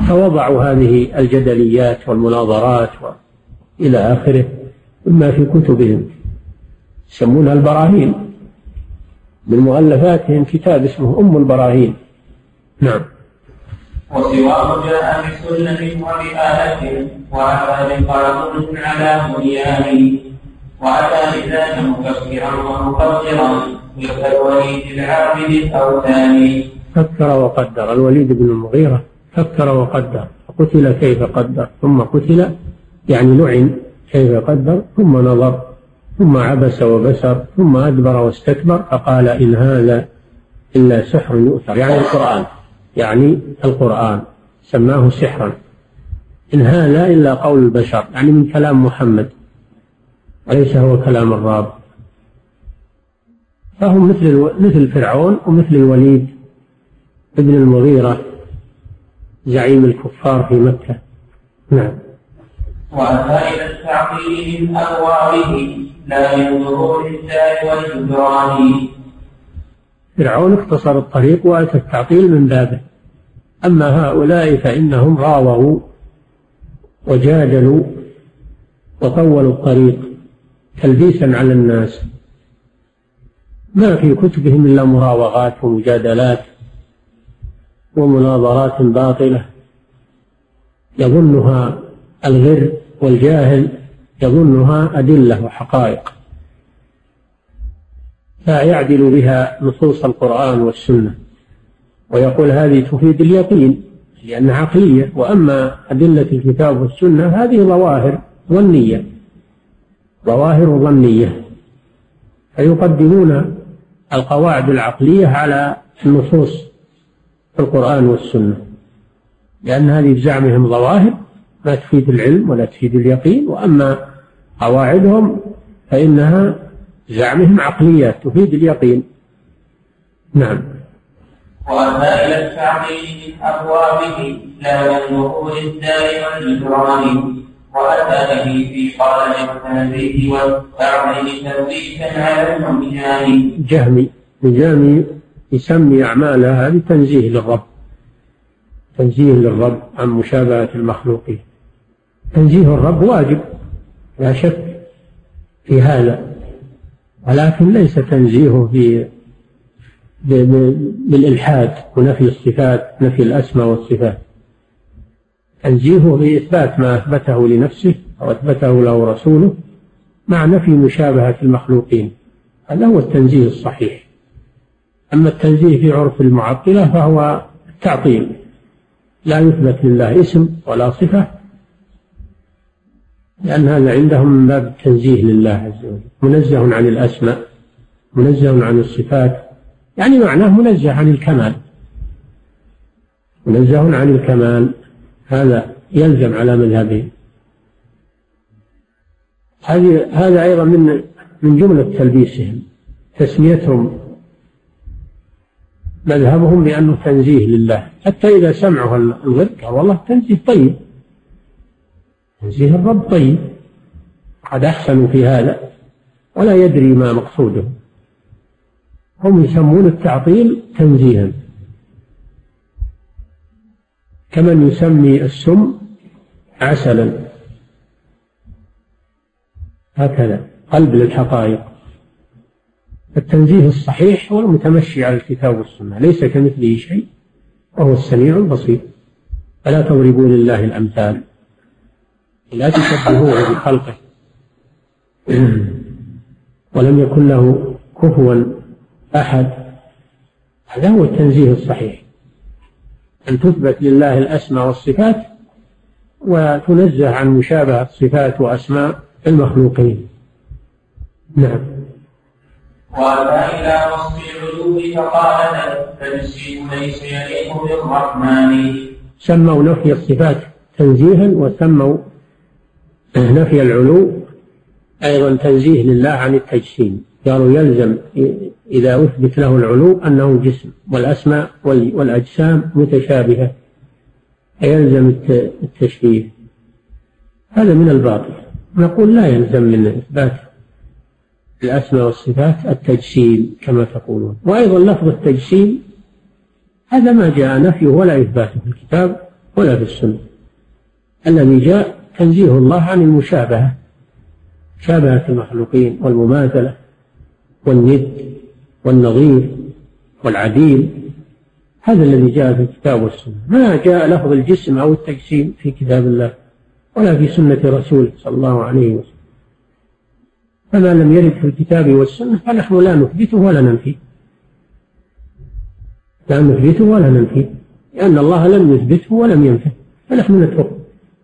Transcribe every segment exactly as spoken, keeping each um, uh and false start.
فوضعوا هذه الجدليات والمناظرات إلى آخره مما في كتبهم يسمونها البراهين. من مؤلفاتهم كتاب اسمه أم البراهين. نعم. وسواه جاء بسنة وبآلة وأتى بقرض على بنيان وأتى بذاك مفكرا ومقدرا مثل الوليد العابد الأوثان. فكر وقدر. الوليد بن المغيرة فكر وقدر فقتل كيف قدر، ثم قتل يعني لعن كيف قدر، ثم نظر ثم عبس وبسر ثم أدبر واستكبر فقال إن هذا إلا سحر يؤثر، يعني القرآن يعني القرآن سماه سحرا. إن هذا إلا قول البشر، يعني من كلام محمد وليس هو كلام الرب. فهم مثل مثل فرعون ومثل الوليد ابن المغيرة زعيم الكفار في مكة. نعم. وأتى إلى التعطيل من أبوابه لا من ظهور الدار والجدران. فرعون اختصر الطريق وأتى التعطيل من بابه، أما هؤلاء فإنهم راوغوا وجادلوا وطولوا الطريق تلبيسا على الناس. ما في كتبهم إلا مراوغات ومجادلات ومناظرات باطلة يظنها الغر والجاهل يظنها أدلة وحقائق، فيعدل بها نصوص القرآن والسنة ويقول هذه تفيد اليقين لأنها عقلية، وأما أدلة الكتاب والسنة هذه ظواهر ظنية ظواهر ظنية، فيقدمون القواعد العقلية على النصوص في القرآن والسنة، لأن هذه بزعمهم ظواهر لا تفيد العلم ولا تفيد اليقين، وأما قواعدهم فإنها زعمهم عقليات تفيد اليقين. نعم. وأتى إلى التعطيل من أبوابه لا من ظهور الدار والجدران وأتى به في قال التنزيه والتعظيم تنزيها على الأميان. جهمي جهمي يسمي أعمالها هذه تنزيه للرب، تنزيه للرب عن مشابهة المخلوقين. تنزيه الرب واجب لا شك في هذا، ولكن ليس تنزيهه في بالإلحاد ونفي الصفات، نفي الأسماء والصفات. تنزيهه بإثبات ما أثبته لنفسه أو أثبته له رسوله مع نفي مشابهة المخلوقين، هذا هو التنزيه الصحيح. أما التنزيه في عرف المعطلة فهو التعطيل، لا يثبت لله اسم ولا صفة، لأن هذا عندهم من باب التنزيه لله عز وجل. منزه عن الأسماء منزه عن الصفات، يعني معناه منزه عن الكمال، منزه عن الكمال، هذا يلزم على مذهبه. هذه هذا أيضا من من جملة تلبيسهم، تسميتهم مذهبهم بأنه تنزيه لله، حتى إذا سمعوا الغد قال والله تنزيه طيب، تنزيه الرب طيب، قد أحسنوا في هذا ولا يدري ما مقصوده. هم يسمون التعطيل تنزيها، كمن يسمي السم عسلا، هكذا قلب للحقائق. التنزيه الصحيح هو المتمشي على الكتاب والسنة، ليس كمثله شيء وهو السميع البصير. فلا تضربوا لله الأمثال، لا تشبهوه بخلقه، ولم يكن له كفوا أحد. هذا هو التنزيه الصحيح، أن تثبت لله الأسماء والصفات وتنزه عن مشابهة صفات وأسماء المخلوقين. نعم. وأتى إلى وصف العلو فقال التنزيه ليس يليق بالرحمن. سموا نفي الصفات تنزيها، وسموا نفي العلو أيضا تنزيه لله عن التجسيم. قالوا يلزم إذا أثبت له العلو أنه جسم، والأسماء والأجسام متشابهة، يلزم التشبيه. هذا من الباطل. نقول لا يلزم من إثبات الأسماء والصفات التجسيم كما تقولون. وأيضا لفظ التجسيم هذا ما جاء نفيه ولا إثباته في الكتاب ولا في السنة. الذي جاء تنزيه الله عن المشابهة، مشابهة المخلوقين والمماثلة والند والنظير والعديل، هذا الذي جاء في الكتاب والسنة. ما جاء لفظ الجسم أو التجسيم في كتاب الله ولا في سنة رسوله صلى الله عليه وسلم. فما لم يرد في الكتاب والسنة فنحن لا نثبته ولا ننفيه، لا نثبته ولا ننفيه، لأن الله لم يثبته ولم ينفيه، فنحن نتركه.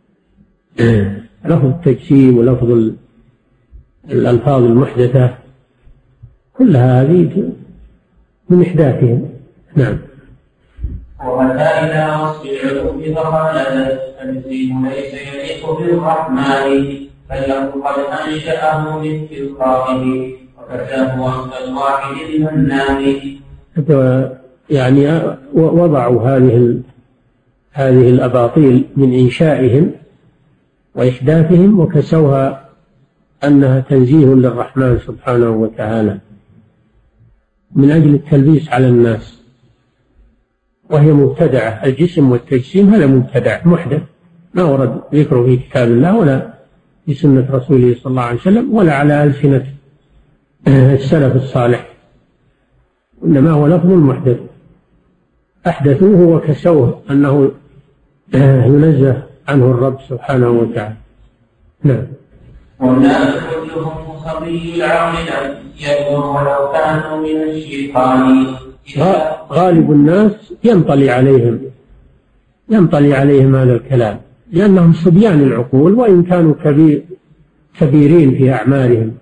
لفظ التجسيم ولفظ الألفاظ المحدثة كلها هذه من إحداثهم. نعم. ومتى إلى وصف العلوم فخالدت فالجسم ليس يليق بالرحمن فله قد أنشأه من تلقائه وكتاه وصف الواحد المنان. يعني وضعوا هذه هذه الأباطيل من إنشائهم وإحداثهم وكسوها أنها تنزيه للرحمن سبحانه وتعالى من أجل التلبيس على الناس، وهي مبتدعة. الجسم والتجسيم هذا مبتدع محدث ما ورد ذكره في كتاب الله ولا في سنة رسوله صلى الله عليه وسلم ولا على ألسنة السلف الصالح، إنما هو لفظ محدث أحدثوه وكسوه أنه ينزه عنه الرب سبحانه وتعالى. نعم. والناس كلهم خبي العقل يكون ولو كانوا من الشيطان. غالب الناس ينطلي عليهم ينطلي عليهم هذا الكلام لأنهم صبيان العقول وإن كانوا كبير كبيرين في أعمالهم،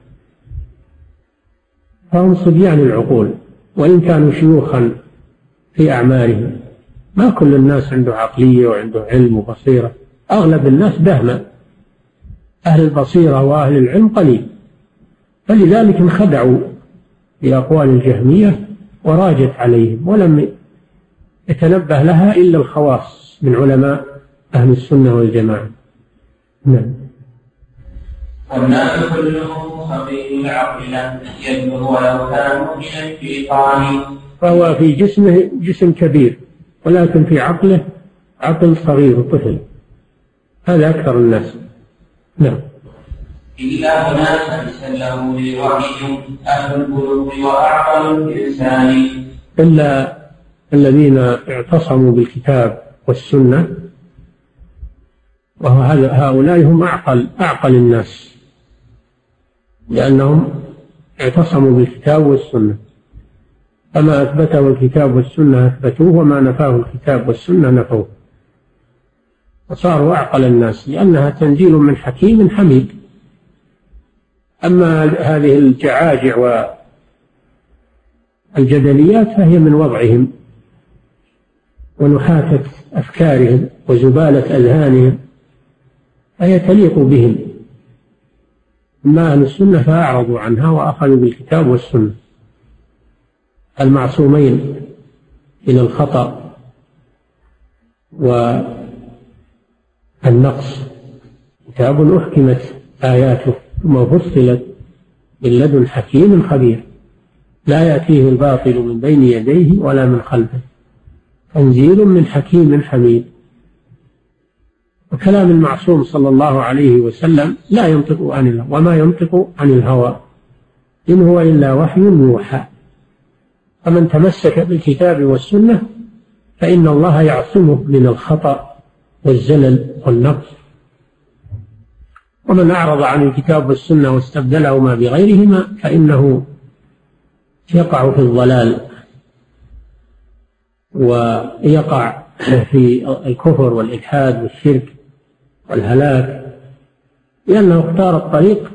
فهم صبيان العقول وإن كانوا شيوخا في أعمالهم. ما كل الناس عنده عقلية وعنده علم وبصيرة، أغلب الناس بهمة، أهل البصيرة وأهل العلم قليل، فلذلك انخدعوا بأقوال الجهمية وراجت عليهم ولم يتنبه لها إلا الخواص من علماء أهل السنة والجماعة. نعم. والناس كلهم خبير العقل يبلغ ولو كانوا من الشيطان. فهو في جسمه جسم كبير ولكن في عقله عقل صغير طفل، هذا أكثر الناس. نعم. إلا أناسا سلموا للوحي أهل القلوب وأعقل الإنسان. إلا الذين اعتصموا بالكتاب والسنة، وهؤلاء هم أعقل أعقل الناس لأنهم اعتصموا بالكتاب والسنة، فما أثبته الكتاب والسنة أثبتوه وما نفاه الكتاب والسنة نفوه، وصاروا أعقل الناس لأنها تنزيل من حكيم حميد. أما هذه الجعاجع والجدليات فهي من وضعهم ونحاتة أفكارهم وزبالة أذهانهم، فهي تليق بهم. أما أهل السنة فأعرضوا عنها وأخذوا بالكتاب والسنة المعصومين من الخطأ والنقص. كتاب أحكمت آياته ثم فصلت من لدن حكيم خبير لا يأتيه الباطل من بين يديه ولا من خلفه تنزيل من حكيم حميد. وكلام المعصوم صلى الله عليه وسلم لا ينطق عن الهوى وما ينطق عن الهوى إن هو إلا وحي يوحى. فمن تمسك بالكتاب والسنة فإن الله يعصمه من الخطأ والزلل والنقص، ومن أعرض عن الكتاب والسنة واستبدلهما بغيرهما فإنه يقع في الضلال ويقع في الكفر والإلحاد والشرك والهلاك، لأنه اختار الطريق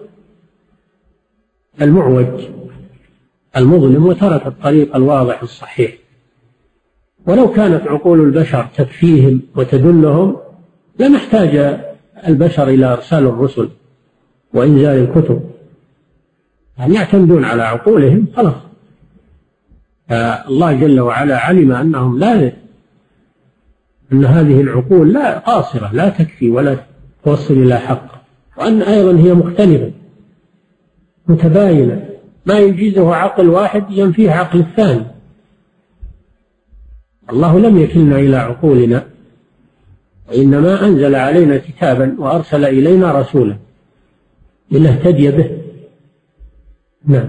المعوج المظلم وترك الطريق الواضح الصحيح. ولو كانت عقول البشر تكفيهم وتدلهم لما احتاج البشر إلى إرسال الرسل وإنزال الكتب، يعني يعتمدون على عقولهم خلاص. الله جل وعلا علم أنهم لا أن هذه العقول لا قاصرة لا تكفي ولا توصل إلى حق، وأن أيضا هي مختلفة متباينة، ما يجيزه عقل واحد ينفيه عقل الثاني. الله لم يكلنا إلى عقولنا وإنما أنزل علينا كتابا وأرسل إلينا رسولا لنهتدي به. نعم.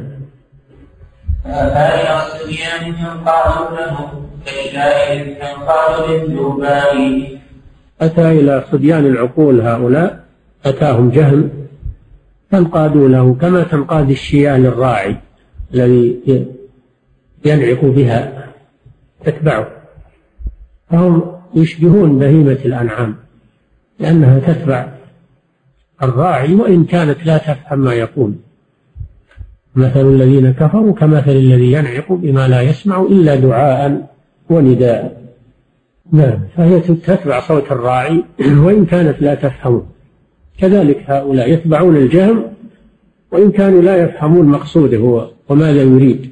فإلى الصبيان ينقاد له كالشاعر ينقاد للذبان. أتى إلى صبيان العقول هؤلاء، أتاهم جهل فانقادوا له كما تنقاد الشياه للراعي الذي ينعق بها تتبعه، فهم يشبهون بهيمة الأنعام لأنها تتبع الراعي وإن كانت لا تفهم ما يقول. مثل الذين كفروا كمثل الذي ينعق بما لا يسمع إلا دعاء ونداء. نعم، فهي تتبع صوت الراعي وإن كانت لا تفهمه. كذلك هؤلاء يتبعون الجهم وإن كانوا لا يفهمون مقصوده هو وماذا يريد،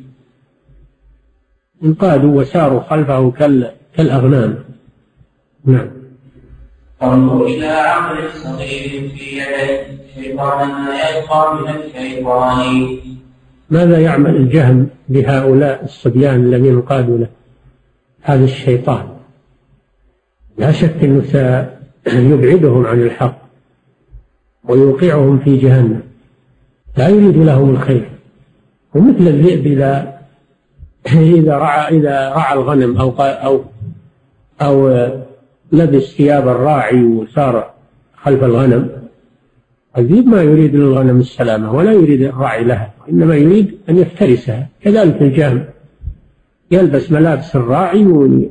انقادوا وساروا خلفه كالأغنام. نعم. انظر إلى عقل صغير في يديه شيطانا ما يلقى من الشيطان. ماذا يعمل الجهم بهؤلاء الصبيان الذين انقادوا له؟ هذا الشيطان لا شك أنه سيبعدهم عن الحق ويوقعهم في جهنم، لا يريد لهم الخير. ومثل الذئب إذا إذا رعى إذا رعى الغنم أو أو أو لبس ثياب الراعي وسار خلف الغنم، الذئب ما يريد للغنم السلامة ولا يريد الراعي لها، إنما يريد أن يفترسها. كذلك الجهم يلبس ملابس الراعي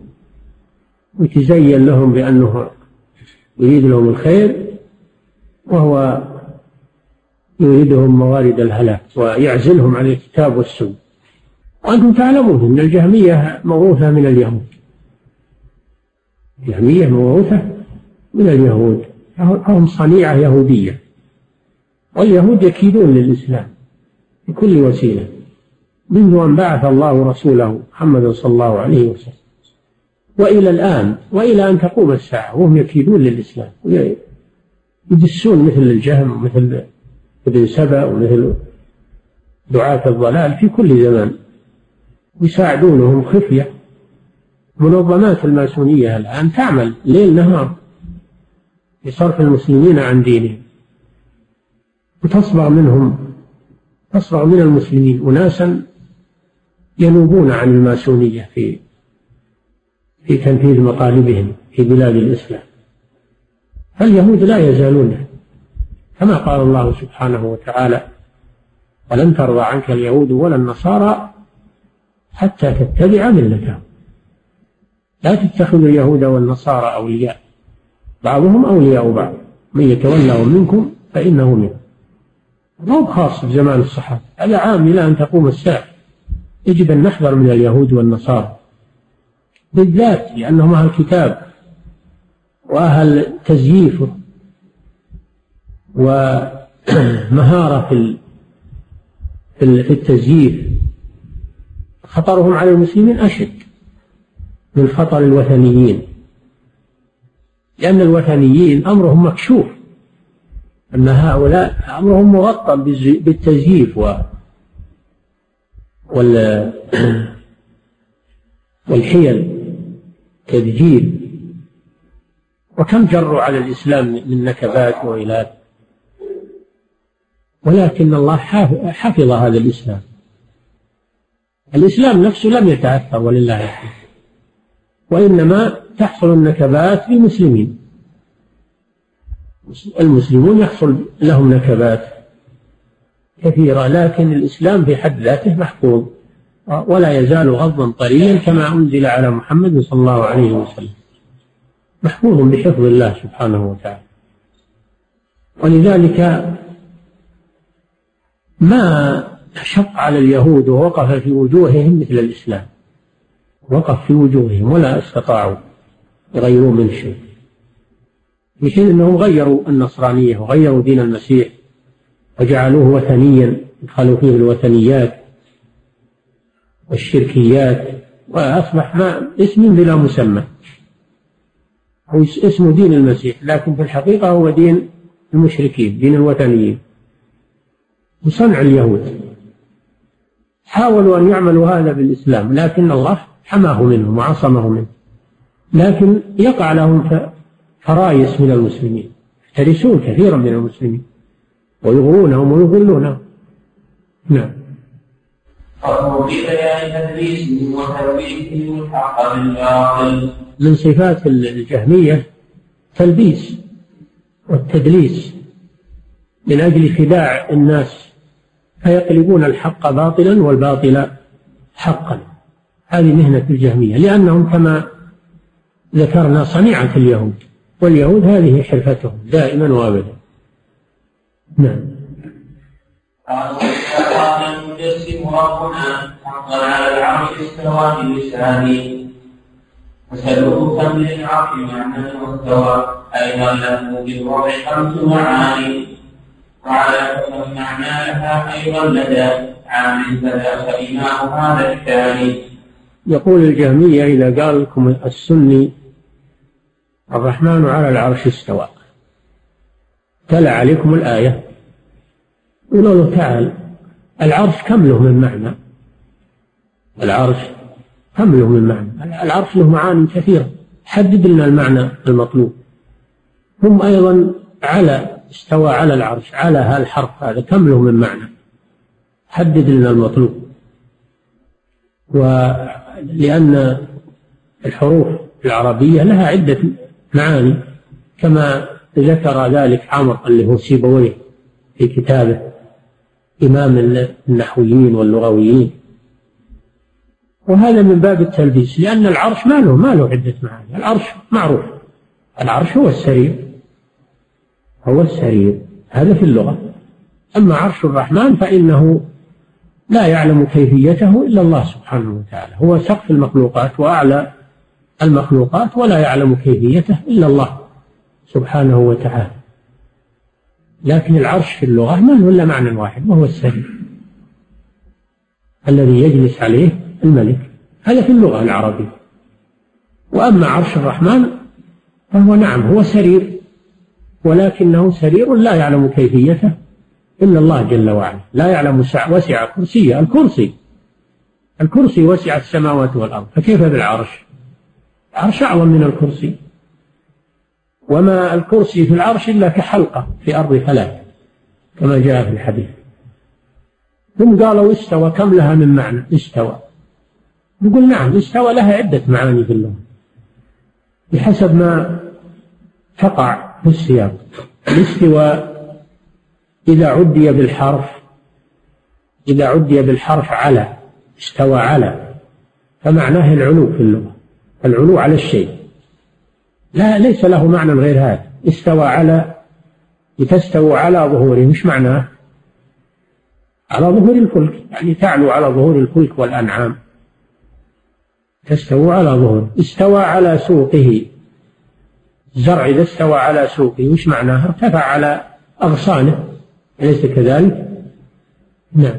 ويتزين لهم بأنه يريد لهم الخير وهو يريدهم موارد الهلاك ويعزلهم عن الكتاب والسنة. وأنتم تعلمون أن الجهمية موروثة من اليهود، الجهمية موروثة من اليهود، هم صنيعة يهودية، واليهود يكيدون للإسلام بكل وسيلة منذ أن بعث الله رسوله محمد صلى الله عليه وسلم وإلى الآن وإلى أن تقوم الساعة وهم يكيدون للإسلام، يدسون مثل الجهم ومثل ابن سبأ ومثل دعاة الضلال في كل زمان، يساعدونهم خفية. منظمات الماسونية الآن تعمل ليل نهار لصرف المسلمين عن دينهم، وتصبغ منهم تصبغ من المسلمين أناسا ينوبون عن الماسونية في في تنفيذ مطالبهم في بلاد الإسلام. فاليهود لا يزالون كما قال الله سبحانه وتعالى: ولن ترضى عنك اليهود ولا النصارى حتى تتبع ملتهم. لا تتخذوا اليهود والنصارى أولياء، بعضهم أولياء بعض، من يتولهم منكم فإنه منهم. مو خاص بزمان الصحابة، هذا عام إلى أن تقوم الساعة. يجب أن نحذر من اليهود والنصارى بالذات لأنهم أهل كتاب وأهل تزييف ومهارة في التزييف. خطرهم على المسلمين أشد من خطر الوثنيين، لأن الوثنيين أمرهم مكشوف، أن هؤلاء أمرهم مغطى بالتزييف والحيل تدجيل، وكم جروا على الإسلام من نكبات وإلات، ولكن الله حفظ هذا الإسلام. الإسلام نفسه لم يتأثر ولله الحمد، وإنما تحصل النكبات للمسلمين. المسلمون يحصل لهم نكبات كثيرة، لكن الإسلام في حد ذاته محفوظ ولا يزال غضا طريا كما أنزل على محمد صلى الله عليه وسلم، محفوظ بحفظ الله سبحانه وتعالى. ولذلك ما شق على اليهود ووقف في وجوههم مثل الإسلام، وقف في وجوههم ولا استطاعوا يغيروا من شيء، مثل أنهم غيروا النصرانية وغيروا دين المسيح وجعلوه وثنيا، دخلوا فيه الوثنيات والشركيات، وأصبح ما اسم بلا مسمى، هو اسمه دين المسيح لكن في الحقيقة هو دين المشركين، دين الوثنيين وصنع اليهود. حاولوا أن يعملوا هذا بالإسلام لكن الله حماه منهم وعصمه منه، لكن يقع لهم فرايس من المسلمين، يفترسون كثيرا من المسلمين ويغرونهم ويضلونهم. نعم. قالوا ببيان تدليسهم وتلبيسهم الحق بالباطل. من صفات الجهمية تلبيس والتدليس من أجل خداع الناس، فيقلبون الحق باطلا والباطل حقا. هذه مهنة الجهمية، لأنهم كما ذكرنا صنيعة اليهود، واليهود هذه حرفتهم دائما وابدا. نعم. قالوا استوى المجسم ربنا حقا على العرش استوى بلسانه، وسألوه كم للعرش معنى واستوى أيضا له بالوضع خمس معاني، وعلى كم معنى لها أيضا لدى عامل فلا فإمام هذا الثاني. يقول الجهمية إذا قال لكم السني الرحمن على العرش استوى، تلا عليكم الآية، قولوا له تعال، العرش كم له من معنى؟ العرش كم له من معنى؟ العرش له معاني كثيرة، حدد لنا المعنى المطلوب. هم أيضا على استوى على العرش، على هالحرف هذا كم له من معنى؟ حدد لنا المطلوب. ولأن الحروف العربية لها عدة معاني كما ذكر ذلك عمرو اللي هو سيبويه في كتابه إمام النحويين واللغويين. وهذا من باب التلبيس، لأن العرش ما له ما له عدة معاني. العرش معروف، العرش هو السرير، هو السرير هذا في اللغة. أما عرش الرحمن فإنه لا يعلم كيفيته إلا الله سبحانه وتعالى، هو سقف المخلوقات وأعلى المخلوقات، ولا يعلم كيفيته إلا الله سبحانه وتعالى. لكن العرش في اللغة ما له إلا معنى واحد، وهو السرير الذي يجلس عليه الملك، هذا في اللغة العربية. وأما عرش الرحمن فهو نعم هو سرير، ولكنه سرير لا يعلم كيفيته إلا الله جل وعلا، لا يعلم وسع كرسيه، الكرسي الكرسي وسع السماوات والأرض، فكيف بالعرش؟ العرش أعظم من الكرسي، وما الكرسي في العرش إلا كحلقة في أرض فلاة كما جاء في الحديث. ثم قالوا استوى كم لها من معنى؟ استوى، نقول نعم استوى لها عدة معاني في اللغة بحسب ما تقع في السياق. الاستواء إذا عدي بالحرف إذا عدي بالحرف على، استوى على، فمعناه العلو في اللغة، العلو على الشيء، لا ليس له معنى غير هذا. استوى على، لتستوى على ظهوره، مش معناه على ظهور الفلك، يعني تعلو على ظهور الفلك والأنعام، تستوى على ظهوره. استوى على سوقه، الزرع إذا استوى على سوقه وش معناه؟ ارتفع على أغصانه، أليس كذلك؟ نعم.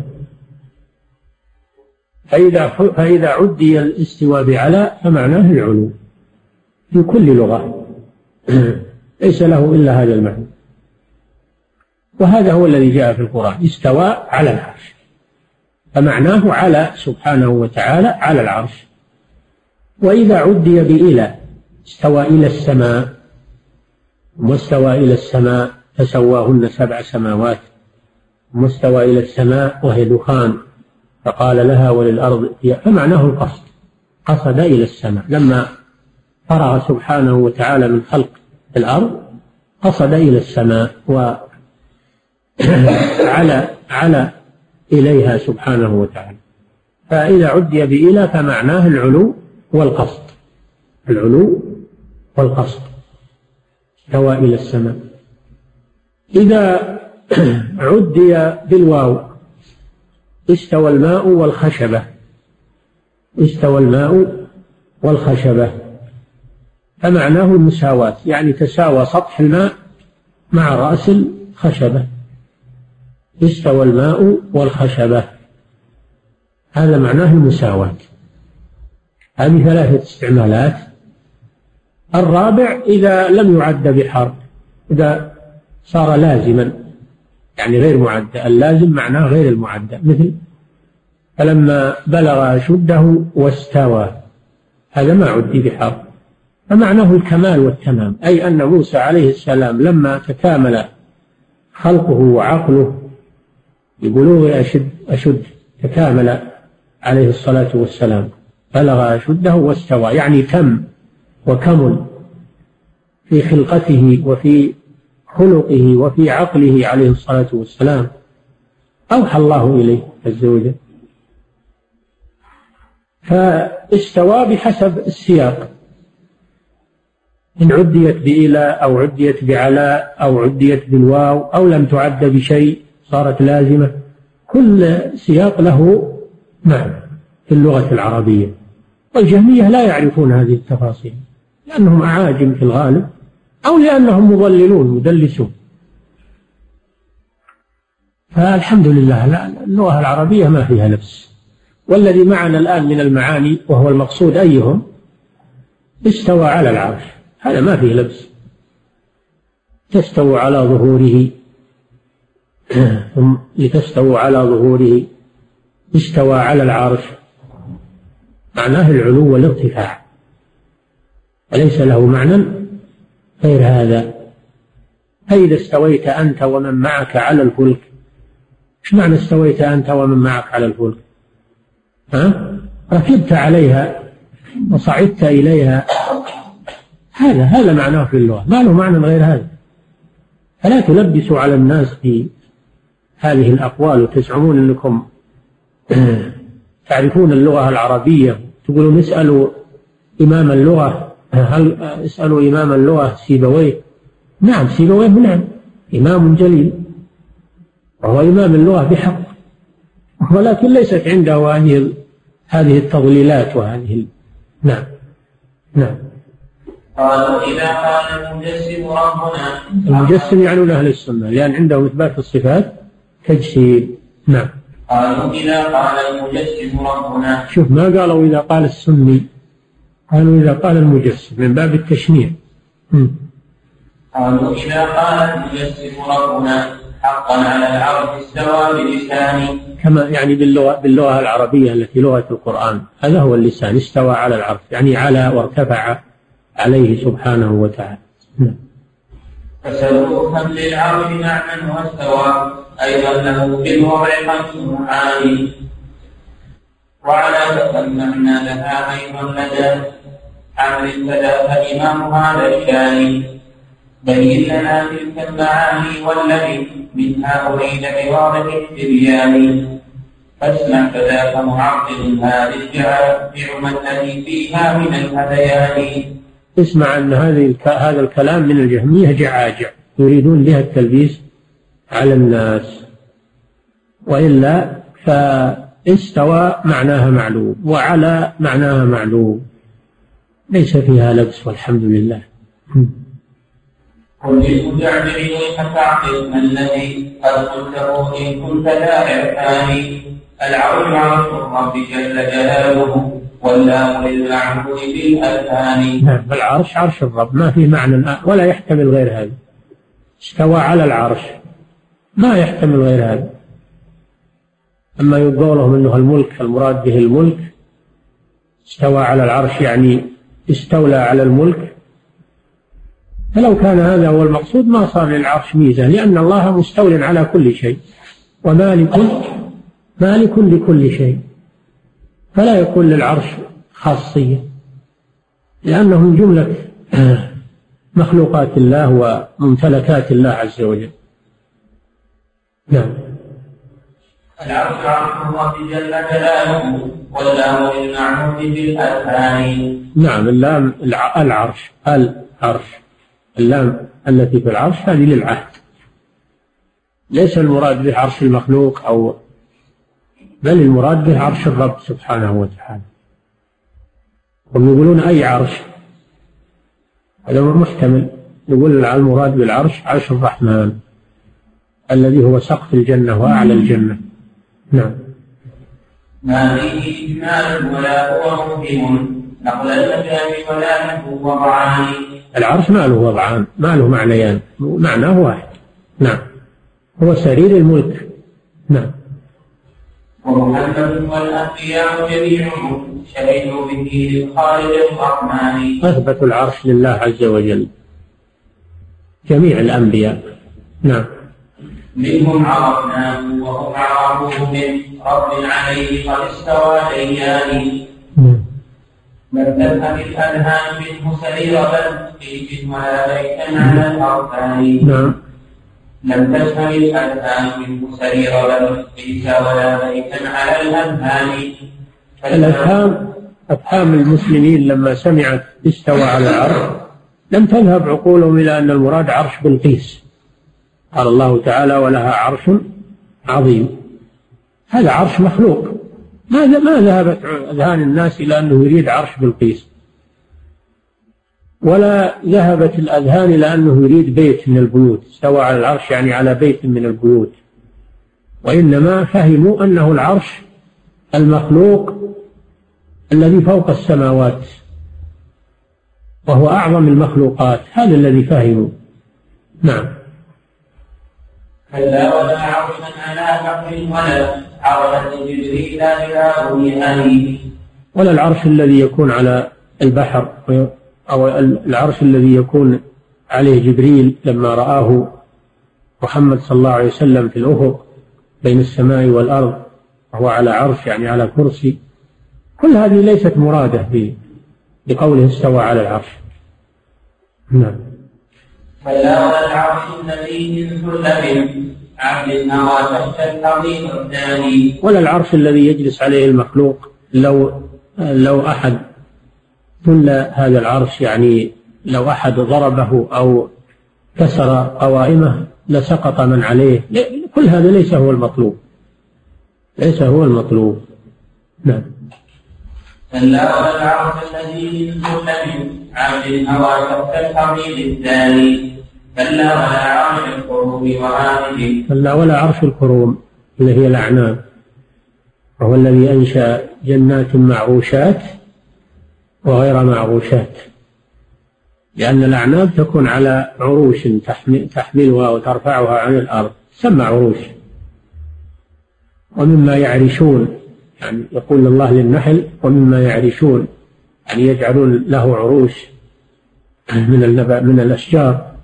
فإذا, فإذا عدي الاستواء بعلى فمعناه العلو في كل لغة، ليس له إلا هذا المعنى، وهذا هو الذي جاء في القرآن، استوى على العرش، فمعناه على سبحانه وتعالى على العرش. وإذا عدي بإلى، استوى إلى السماء، واستوى إلى السماء فسواهن سبع سماوات، واستوى إلى السماء وهي دخان فقال لها وللأرض، فمعناه القصد، قصد إلى السماء، لما فرغ سبحانه وتعالى من خلق الأرض قصد إلى السماء وعلى على إليها سبحانه وتعالى. فإذا عدي بإلى فمعناه العلو والقصد، العلو والقصد، استوى إلى السماء. إذا عدي بالواو، استوى الماء والخشبة، استوى الماء والخشبة، فمعناه المساواة، يعني تساوى سطح الماء مع رأس الخشبة، استوى الماء والخشبة، هذا معناه المساواة. هذه ثلاثة استعمالات. الرابع إذا لم يعد بحرف، إذا صار لازما يعني غير معدى، اللازم معناه غير المعدى، مثل فلما بلغ أشده واستوى، هذا ما عدي بحرف، فمعناه الكمال والتمام، أي أن موسى عليه السلام لما تكامل خلقه وعقله ببلوغ أشد, أشد تكامل عليه الصلاة والسلام، بلغ أشده واستوى، يعني تم وكمل في خلقته وفي خلقه وفي عقله عليه الصلاة والسلام، أوحى الله إليه عز وجل، فاستوى بحسب السياق، إن عديت بإلى أو عديت بعلى أو عديت بالواو أو لم تعد بشيء صارت لازمة، كل سياق له معنى في اللغة العربية. والجهمية لا يعرفون هذه التفاصيل لأنهم أعاجم في الغالب أو لأنهم مضللون مدلسون. فالحمد لله اللغة العربية ما فيها لبس. والذي معنا الآن من المعاني وهو المقصود أيهم استوى على العرش، هذا ما فيه لبس، تستوى على ظهوره ثم لتستوى على ظهوره، استوى على العرش معناه العلو والارتفاع، وليس له معنى غير هذا. فإذا استويت أنت ومن معك على الفلك، ايش معنى استويت أنت ومن معك على الفلك؟ ها؟ ركبت عليها وصعدت إليها، هذا هذا معناه في اللغة، ما له معنى غير هذا. فلا تلبسوا على الناس في هذه الأقوال وتزعمون أنكم تعرفون اللغة العربية، تقولون اسألوا إمام اللغة، هل اسألوا إمام اللغة سيبويه؟ نعم سيبويه نعم إمام جليل وهو إمام اللغة بحق، ولكن ليست عنده هذه هذه التضليلات وهذه ال... نعم نعم. قالوا إذا قال المجسم ربنا، المجسم يعنون أهل السنة لأن عندهم إثبات الصفات تجسيم. نعم. قالوا إذا قال المجسم ربنا، شوف ما قالوا إذا قال السني، قالوا إذا قال المجسم من باب التشنيع. قالوا إذا قال المجسم ربنا حقا على العرش استوى بلسانه، كما يعني باللغة, باللغة العربية التي لغة القرآن، هذا هو اللسان، استوى على العرش يعني على وارتفع عليه سبحانه وتعالى. فسألوه هل للعرش معنى واستوى أيضا له بالوضع خمس معاني، وعلى تسمعنا لها أيضا لدى عمل ابتدأ فإمام هذا الشان، بين لنا تلك المعاني والذي منها أريد بواضح التبيان، فاسمع فذاك معطل هذه الجعل الذي فيها من الهذيان. اسمع أن هذه هذا الكلام من الجهمية جعاجع يريدون بها التلبيس على الناس، وإلا فاستوى معناها معلوم وعلى معناها معلوم، ليس فيها لبس والحمد لله. قل للمجعجر فتعقل ما الذي قد قلته إن كنت لا عرفان، العرش عرش الرب جل جلاله واللام للمعبود بالأذهان. نعم العرش عرش الرب ما في معنى ولا يحتمل غير هذا، استوى على العرش ما يحتمل غير هذا. أما يقولهم أنه الملك المراد به الملك، استوى على العرش يعني استولى على الملك، فلو كان هذا هو المقصود ما صار للعرش ميزة، لأن الله مستول على كل شيء ومالك مالك لكل شيء، فلا يكون للعرش خاصية لأنه من جملة مخلوقات الله وممتلكات الله عز وجل. نعم. العرش عرش الله جل جلاله واللام للمعبود بالأذهان. نعم اللام العرش العرش اللام التي في العرش هذه للعهد، ليس المراد به عرش المخلوق أو بل المراد به عرش الرب سبحانه وتعالى. هم يقولون أي عرش، هذا محتمل، يقول المراد بالعرش عرش الرحمن الذي هو سقف الجنة وأعلى الجنة. نعم. ما فيه إجمال ولا هو مبهم نقل المجال ولا له وضعان. العرش ما له وضعان، ما له معنيان، معناه واحد. نعم هو سرير الملك. نعم. ومحمد والأنبياء جميعهم شهدوا به للخالق الرحمن. أثبتوا العرش لله عز وجل جميع الأنبياء. نعم. منهم عرفناه وهم عرفوه من رب عليه قد استوى ديان. لم تفهم الأذهان منه سريرة في ولا بيتا على الأركان. نعم. لم تفهم الأذهان منه سريرة ليس ولا بيتا على الأذهان. الأفهام أفهام المسلمين لما سمعت استوى على العرش لم تذهب عقولهم إلى أن المراد عرش بلقيس. قال الله تعالى ولها عرش عظيم، هذا عرش مخلوق. ما ما ذهبت أذهان الناس إلى أنه يريد عرش بلقيس، ولا ذهبت الأذهان إلى أنه يريد بيت من البيوت. استوى على العرش يعني على بيت من البيوت، وإنما فهموا أنه العرش المخلوق الذي فوق السماوات وهو أعظم المخلوقات، هذا الذي فهموا. نعم. كلا ولا عرشا على بحر ولا عرشا جبريل بلا بنيان. ولا العرش الذي يكون على البحر أو العرش الذي يكون عليه جبريل لما رآه محمد صلى الله عليه وسلم في الأفق بين السماء والأرض وهو على عرش يعني على كرسي. كل هذه ليست مرادة بقوله استوى على العرش. نعم. فلا ولا العرش الذي من سلم عبد النوى تحت العظيم الثاني. ولا العرش الذي يجلس عليه المخلوق لو لو أحد كل هذا العرش يعني لو أحد ضربه أو كسر قوائمه لسقط من عليه. كل هذا ليس هو المطلوب، ليس هو المطلوب. نعم. كلا ولا العرش الذي من سلم عبد النوى تحت الحضيض الثاني. كلا ولا عرش الكروم وهذه. كلا ولا عرش الكروم اللي هي الأعناب، وهو الذي أنشأ جنات معروشات وغير معروشات، لأن الأعناب تكون على عروش تحملها وترفعها عن الأرض تسمى عروش. ومما يعرشون يعني يقول الله للنحل ومما يعرشون يعني يجعلون له عروش من النبات من الأشجار.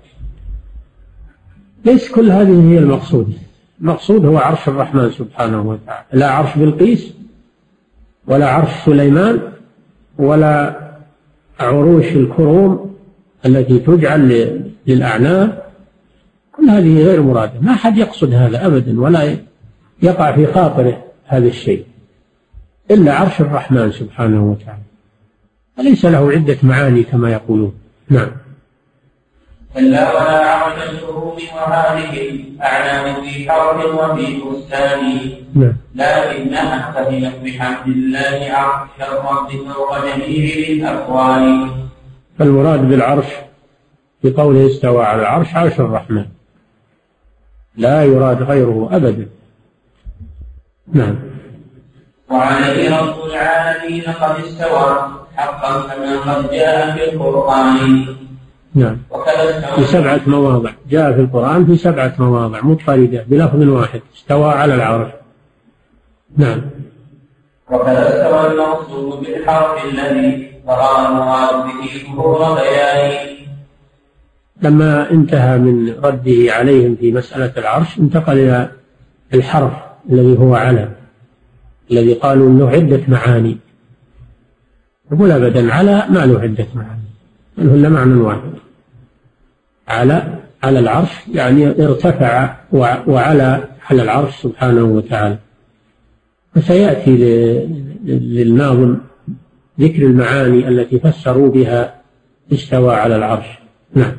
ليس كل هذه هي المقصود. المقصود هو عرش الرحمن سبحانه وتعالى، لا عرش بلقيس ولا عرش سليمان ولا عروش الكروم التي تجعل للأعناب. كل هذه غير مرادة، ما حد يقصد هذا أبدا ولا يقع في خاطره هذا الشيء إلا عرش الرحمن سبحانه وتعالى، فليس له عدة معاني كما يقولون. نعم. كلا ولا عرش الكروم وهذه أعناب في حرب وفي بستان. نعم. لكنها فهمت بحمد الله عرش الرب فوق جميع الأكوان. فالمراد بالعرش في قوله استوى على العرش عرش الرحمن، لا يراد غيره أبدا. نعم. وعليه رب العالمين قد استوى حقا كما قد جاء في القرآن. نعم. في سبعة مواضع جاء في القرآن، في سبعة مواضع مضطردة بلفظ واحد استوى على العرش. نعم. وكذا استوى الموصول بالحرف الذي ترى المراد به ظهور بيان. لما انتهى من رده عليهم في مسألة العرش انتقل إلى الحرف الذي هو على، الذي قالوا له عدة معاني. يقول أبدا على ما له عدة معاني، بل هو معنى واحد. على على العرش يعني ارتفع وعلى على العرش سبحانه وتعالى. فسيأتي للناظم ذكر المعاني التي فسروا بها استوى على العرش. نعم.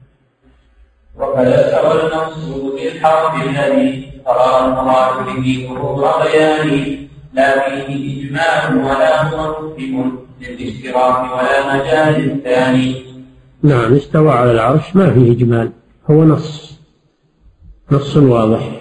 وكذا استوى الموصول بالحرف الذي ترى المراد به ظهور بيان. لا فيه إجمال ولا هو مفهم للاشتراك ولا مجال الثاني. نعم. استوى على العرش ما فيه إجمال، هو نص نص واضح،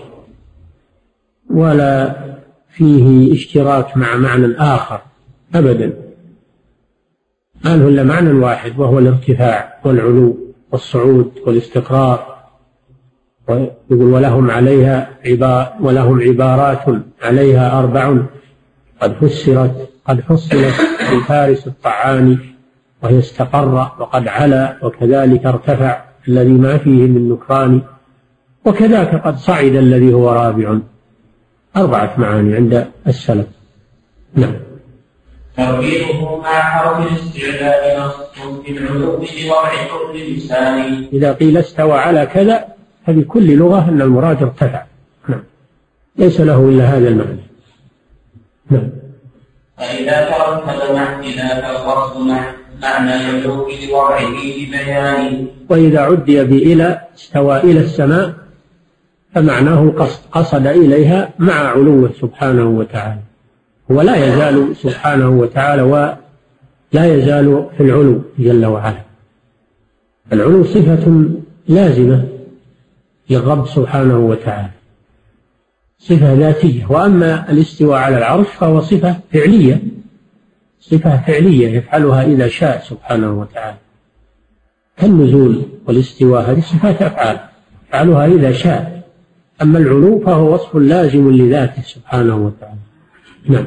ولا فيه اشتراك مع معنى آخر أبدا، بل هو إلا معنى واحد وهو الارتفاع والعلو والصعود والاستقرار. يقول ولهم عليها عبار ولهم عبارات عليها أربع قد فسرت قد حصلت بفارس الطعام وهي استقر وقد علا وكذلك ارتفع الذي ما فيه من نكران وكذاك قد صعد الذي هو رابع. أربعة معاني عند السلف. نعم. تركيبه مع حرف الاستعلاء نص في العلو بوضع كل لسان. إذا قيل استوى على كذا فبكل لغة أن المراد ارتفع. نعم. ليس له إلا هذا المعنى. نعم. فإذا ترتب مع اختلاف القصد مع معنى العلو بوضعه ببيان. وإذا عدي بإلى استوى إلى السماء فمعناه قصد قصد إليها مع علوه سبحانه وتعالى. ولا يزال سبحانه وتعالى ولا يزال في العلو جل وعلا. العلو صفة لازمة للرب سبحانه وتعالى، صفة ذاتية. وأما الاستواء على العرش فهو صفة فعلية، صفة فعلية يفعلها إذا شاء سبحانه وتعالى، كالنزول والاستواء هذه صفات أفعال يفعلها إذا شاء. أما العلو فهو وصف لازم لذاته سبحانه وتعالى. نعم.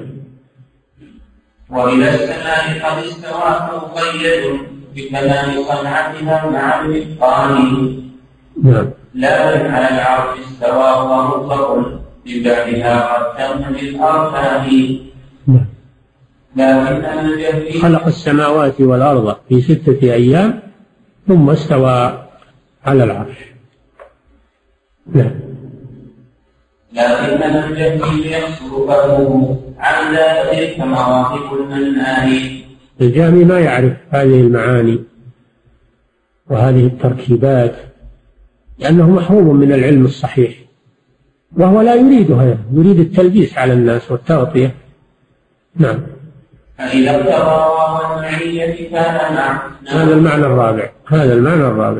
وإلى السماء قد استوى مقيد بكمال صنعتها مع الإتقان. نعم. لا على العرش استوى وهو مطلق ببعدها قد تم بالأركان. نعم. لكن الجهل خلق السماوات والأرض في ستة أيام ثم استوى على العرش. نعم. لكن الجهل يقصر فهمه عن ذلك مواقف المنان. الجهمي ما يعرف هذه المعاني وهذه التركيبات لأنه محروم من العلم الصحيح، وهو لا يريدها، يريد التلبيس على الناس والتغطية. نعم. فإذا ابتغى والمعية كان مع هذا المعنى الرابع هذا المعنى الرابع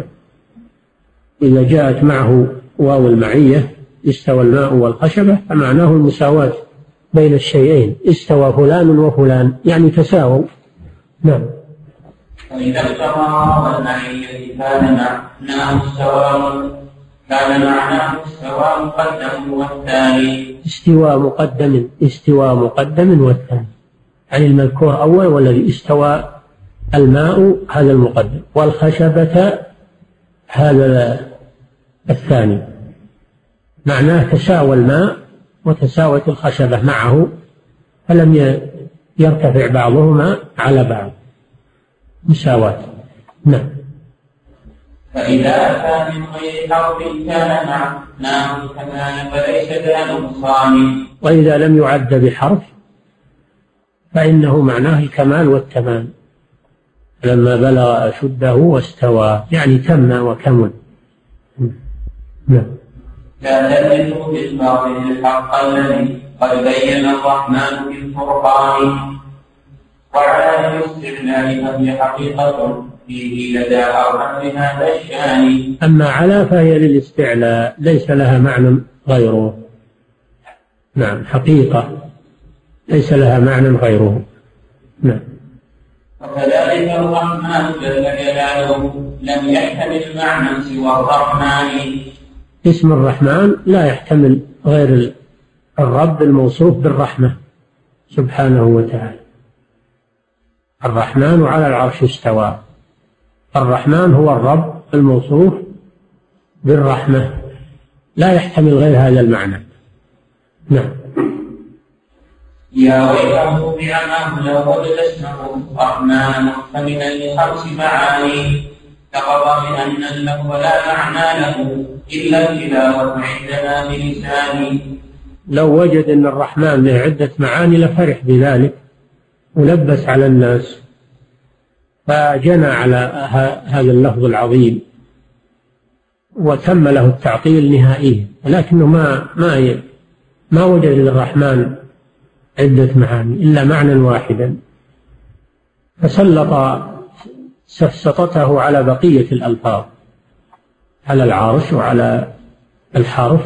إذا جاءت معه واو المعية استوى الماء والخشبة فمعناه المساواة بين الشيئين، استوى فلان وفلان يعني تساووا. نعم. وإذا ابتغى والمعية كان معناه السواء كان معناه السواء مقدم والثاني. استواء مقدم استواء مقدم والثاني يعني المذكور أول والذي استوى الماء هذا المقدم والخشبة هذا الثاني. معناه تساوى الماء وتساوت الخشبة معه فلم يرتفع بعضهما على بعض، مساواة. نعم. فإذا أتى من غير حرف كان معناه كمان فليس ذا نقصان. وإذا لم يعد بحرف فإنه معناه الكمال والتمام، لما بلغ أشده واستوى يعني تم وكمل. نعم. لا تلبسوا بالباطل الحق الذي قد بين الرحمن في الفرقان. وعلى الاستعلاء فهي حقيقة فيه لدى أرحم هذا الشان. أما على فهي للاستعلاء ليس لها معنى غيره. نعم. حقيقة ليس لها معنى غيره. نعم. وكذلك الرحمن جل جلاله لم يحتمل معنى سوى الرحمن. اسم الرحمن لا يحتمل غير الرب الموصوف بالرحمة سبحانه وتعالى. الرحمن على العرش استوى، الرحمن هو الرب الموصوف بالرحمة، لا يحتمل غير هذا المعنى. نعم. يا ويله بعماه لو وجد اسمه الرحمن محتملا لخمس معاني تقضى بأن اللفظ لا معنى له إلا التلاوة عندنا بلساني. لو وجد أن الرحمن له عدة معاني لفرح بذلك ولبس على الناس فجنى على هذا اللفظ العظيم وتم له التعطيل نهائيا، ولكنه ما ما ما وجد للرحمن عدة معاني إلا معنى واحدا، فسلط سفسطته على بقية الألفاظ، على العرش وعلى الحرف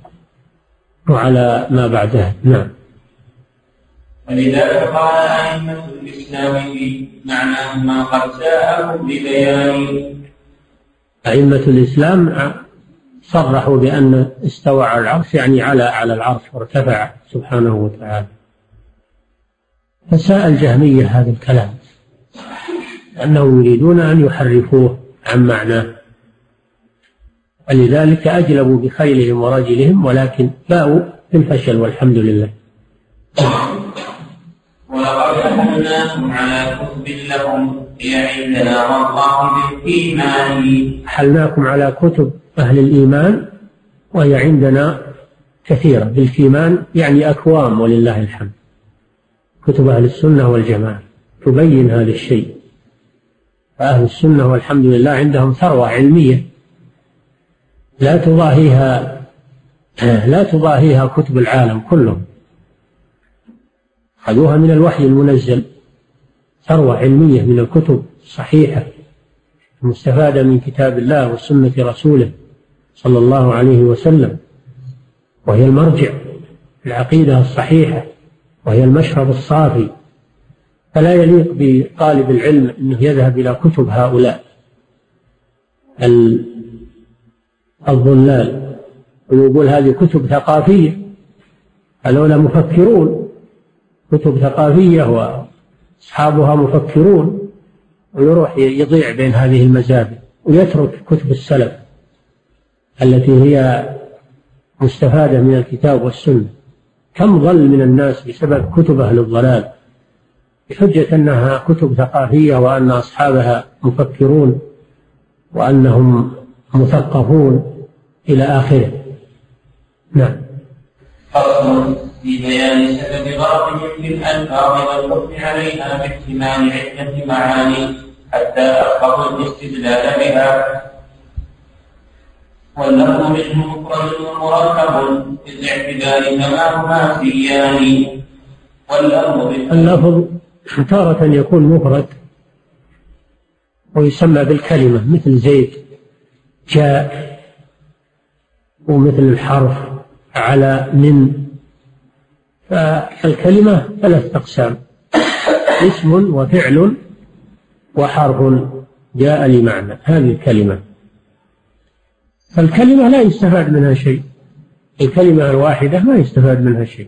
وعلى ما بعدها. نعم. ولذلك قال أئمة الإسلام في معناه ما قد جاءهم ببيان. أئمة الإسلام صرحوا بأن استوى على العرش يعني على على العرش وارتفع سبحانه وتعالى. فساء الجهمية هذا الكلام أنهم يريدون أن يحرفوه عن معناه، ولذلك أجلبوا بخيلهم ورجلهم ولكن باءوا بالفشل والحمد لله. ولقد حملناكم على كتب لكم هي عندنا والله بالإيمان. حلناكم على كتب أهل الإيمان وهي عندنا كثيرة بالكيمان يعني أكوام ولله الحمد. كتب أهل السنة والجماعة تبين هذا الشيء. فأهل السنة والحمد لله عندهم ثروة علمية لا تضاهيها لا تضاهيها كتب العالم كله، خذوها من الوحي المنزل، ثروة علمية من الكتب الصحيحة المستفادة من كتاب الله وسنة رسوله صلى الله عليه وسلم، وهي المرجع في العقيدة الصحيحة، وهي المشرب الصافي. فلا يليق بطالب العلم أنه يذهب إلى كتب هؤلاء الضلال ويقول هذه كتب ثقافية، هؤلاء مفكرون، كتب ثقافية وأصحابها مفكرون، ويروح يضيع بين هذه المزابل ويترك كتب السلف التي هي مستفادة من الكتاب والسنة. كم ضل من الناس بسبب كتب أهل الضلال بحجة أنها كتب ثقافية وأن أصحابها مفكرون وأنهم مثقفون إلى آخره. نعم. فصل في بيان سبب غرقهم في الألفاظ والحكم عليها باحتمال عدة معاني حتى أخذوا الاستدلال بها. واللفظ منه مفرد ومركب في الاعتبار كما هما سيان. اللفظ تارة يكون مفرد ويسمى بالكلمة مثل زيد، جاء، ومثل الحرف على، من. فالكلمة ثلاث أقسام: اسم وفعل وحرف جاء لمعنى. هذه الكلمة. فالكلمة لا يستفاد منها شيء، الكلمة الواحدة ما يستفاد منها شيء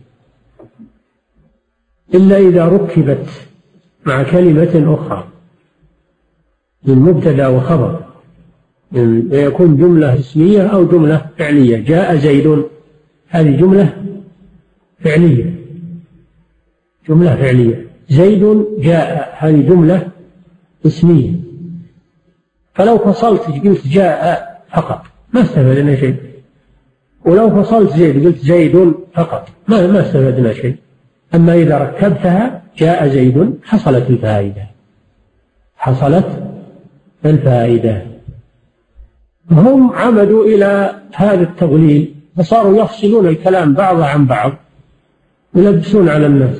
إلا إذا ركبت مع كلمة أخرى من مبتدأ وخبر، يكون جملة اسمية أو جملة فعلية. جاء زيد، هذه جملة فعلية، جملة فعلية. زيد جاء، هذه جملة اسمية. فلو فصلت قلت جاء فقط ما استفدنا شيء، ولو فصلت زيد قلت زيد فقط ما ما استفدنا شيء. أما إذا ركبتها جاء زيد حصلت الفائدة، حصلت الفائدة. هم عمدوا إلى هذا التضليل فصاروا يفصلون الكلام بعض عن بعض يلبسون على الناس.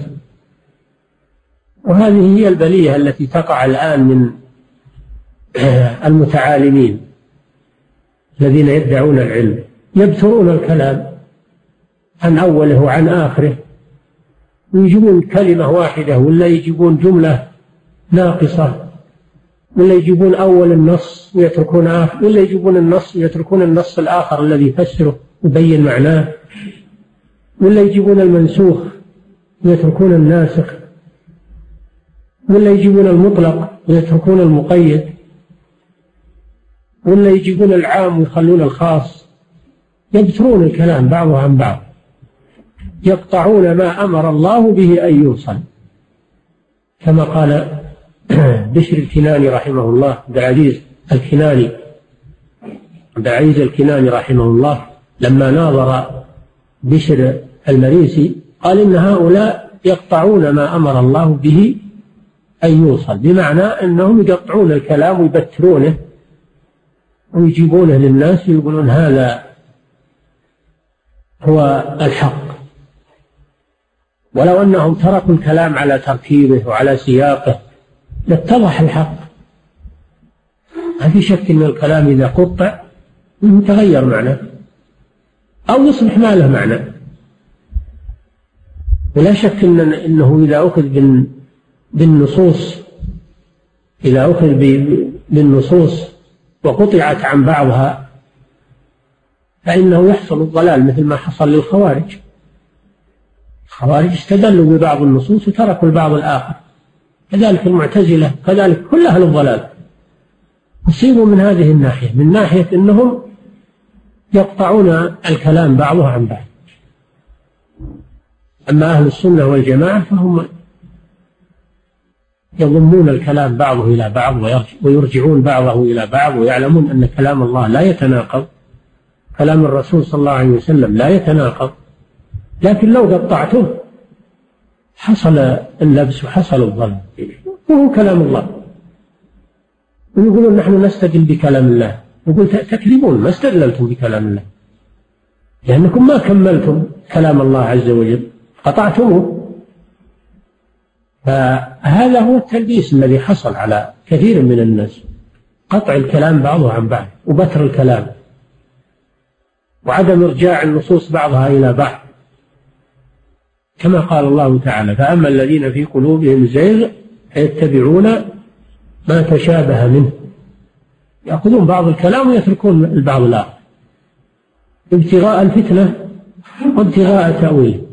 وهذه هي البلية التي تقع الآن من المتعالمين الذين يدعون العلم، يبترون الكلام عن أوله وعن آخره، ويجيبون كلمة واحدة ولا يجيبون جملة ناقصة، ولا يجيبون أول النص ويتركون آخر، ولا يجيبون النص ويتركون النص الآخر الذي يفسره ويبين معناه، ولا يجيبون المنسوخ ويتركون الناسخ، ولا يجيبون المطلق ويتركون المقيد، ولا يجيبون العام ويخلون الخاص. يبترون الكلام بعضه عن بعض، يقطعون ما أمر الله به أن يوصل، كما قال بشر الكناني رحمه الله، عبد العزيز الكناني عبد العزيز الكناني رحمه الله لما ناظر بشر المريسي قال إن هؤلاء يقطعون ما أمر الله به أن يوصل، بمعنى أنهم يقطعون الكلام ويبترونه ويجيبونه للناس ويقولون هذا هو الحق، ولو أنهم تركوا الكلام على تركيبه وعلى سياقه لاتضح الحق. ما في شك أن الكلام إذا قطع يتغير معناه أو يصبح ما له معنى، ولا شك إن إنه إذا أخذ بالنصوص إذا أخذ بالنصوص وقطعت عن بعضها فإنه يحصل الضلال مثل ما حصل للخوارج. الخوارج استدلوا ببعض النصوص وتركوا البعض الآخر، كذلك المعتزلة، كذلك كل أهل الضلال يصيبوا من هذه الناحية، من ناحية أنهم يقطعون الكلام بعضه عن بعض. أما أهل السنة والجماعة فهم يضمون الكلام بعضه إلى بعض ويرجعون بعضه إلى بعض، ويعلمون أن كلام الله لا يتناقض، كلام الرسول صلى الله عليه وسلم لا يتناقض، لكن لو قطعته حصل اللبس وحصل الضلال، وهو كلام الله. ويقولون نحن نستدل بكلام الله، يقول تكذبون، ما استدللتم بكلام الله لأنكم ما كملتم كلام الله عز وجل، قطعتموه. فهذا هو التلبيس الذي حصل على كثير من الناس، قطع الكلام بعضه عن بعض وبتر الكلام وعدم إرجاع النصوص بعضها إلى بعض، كما قال الله تعالى: فأما الذين في قلوبهم زيغ فيتبعون ما تشابه منه، يأخذون بعض الكلام ويتركون البعض الآخر ابتغاء الفتنة وابتغاء تأويله،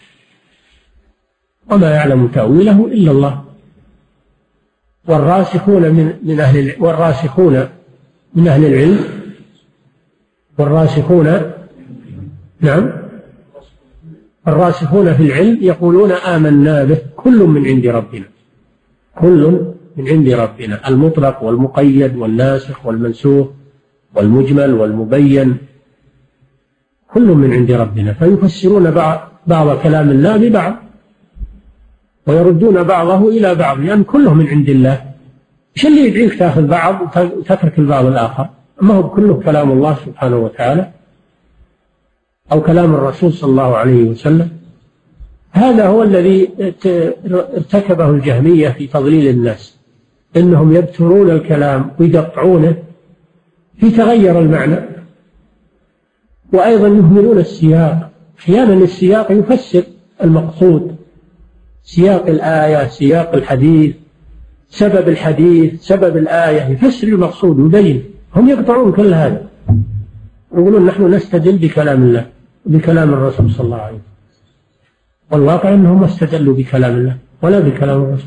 وما يعلم تأويله إلا الله. والراسخون من من أهل والراسخون من أهل العلم والراسخون نعم الراسخون في العلم يقولون آمنا به كل من عند ربنا، كل من عند ربنا، المطلق والمقيد والناسخ والمنسوخ والمجمل والمبين كل من عند ربنا. فيفسرون بعض, بعض كلام الله ببعض ويردون بعضه إلى بعض، لأن يعني كله من عند الله. إيش اللي يدعيك تأخذ بعض وتترك البعض الآخر؟ ما هو كله كلام الله سبحانه وتعالى أو كلام الرسول صلى الله عليه وسلم. هذا هو الذي ارتكبه الجهمية في تضليل الناس، إنهم يبترون الكلام ويقطعونه في تغير المعنى، وأيضا يهملون السياق. أحيانا السياق يفسر المقصود، سياق الآية، سياق الحديث، سبب الحديث، سبب الآية، يفسر المقصود ويبين. هم يقطعون كل هذا يقولون نحن نستدل بكلام الله بكلام الرسول صلى الله عليه وسلم، والواقع أنهم ما استدلوا بكلام الله ولا بكلام الرسول،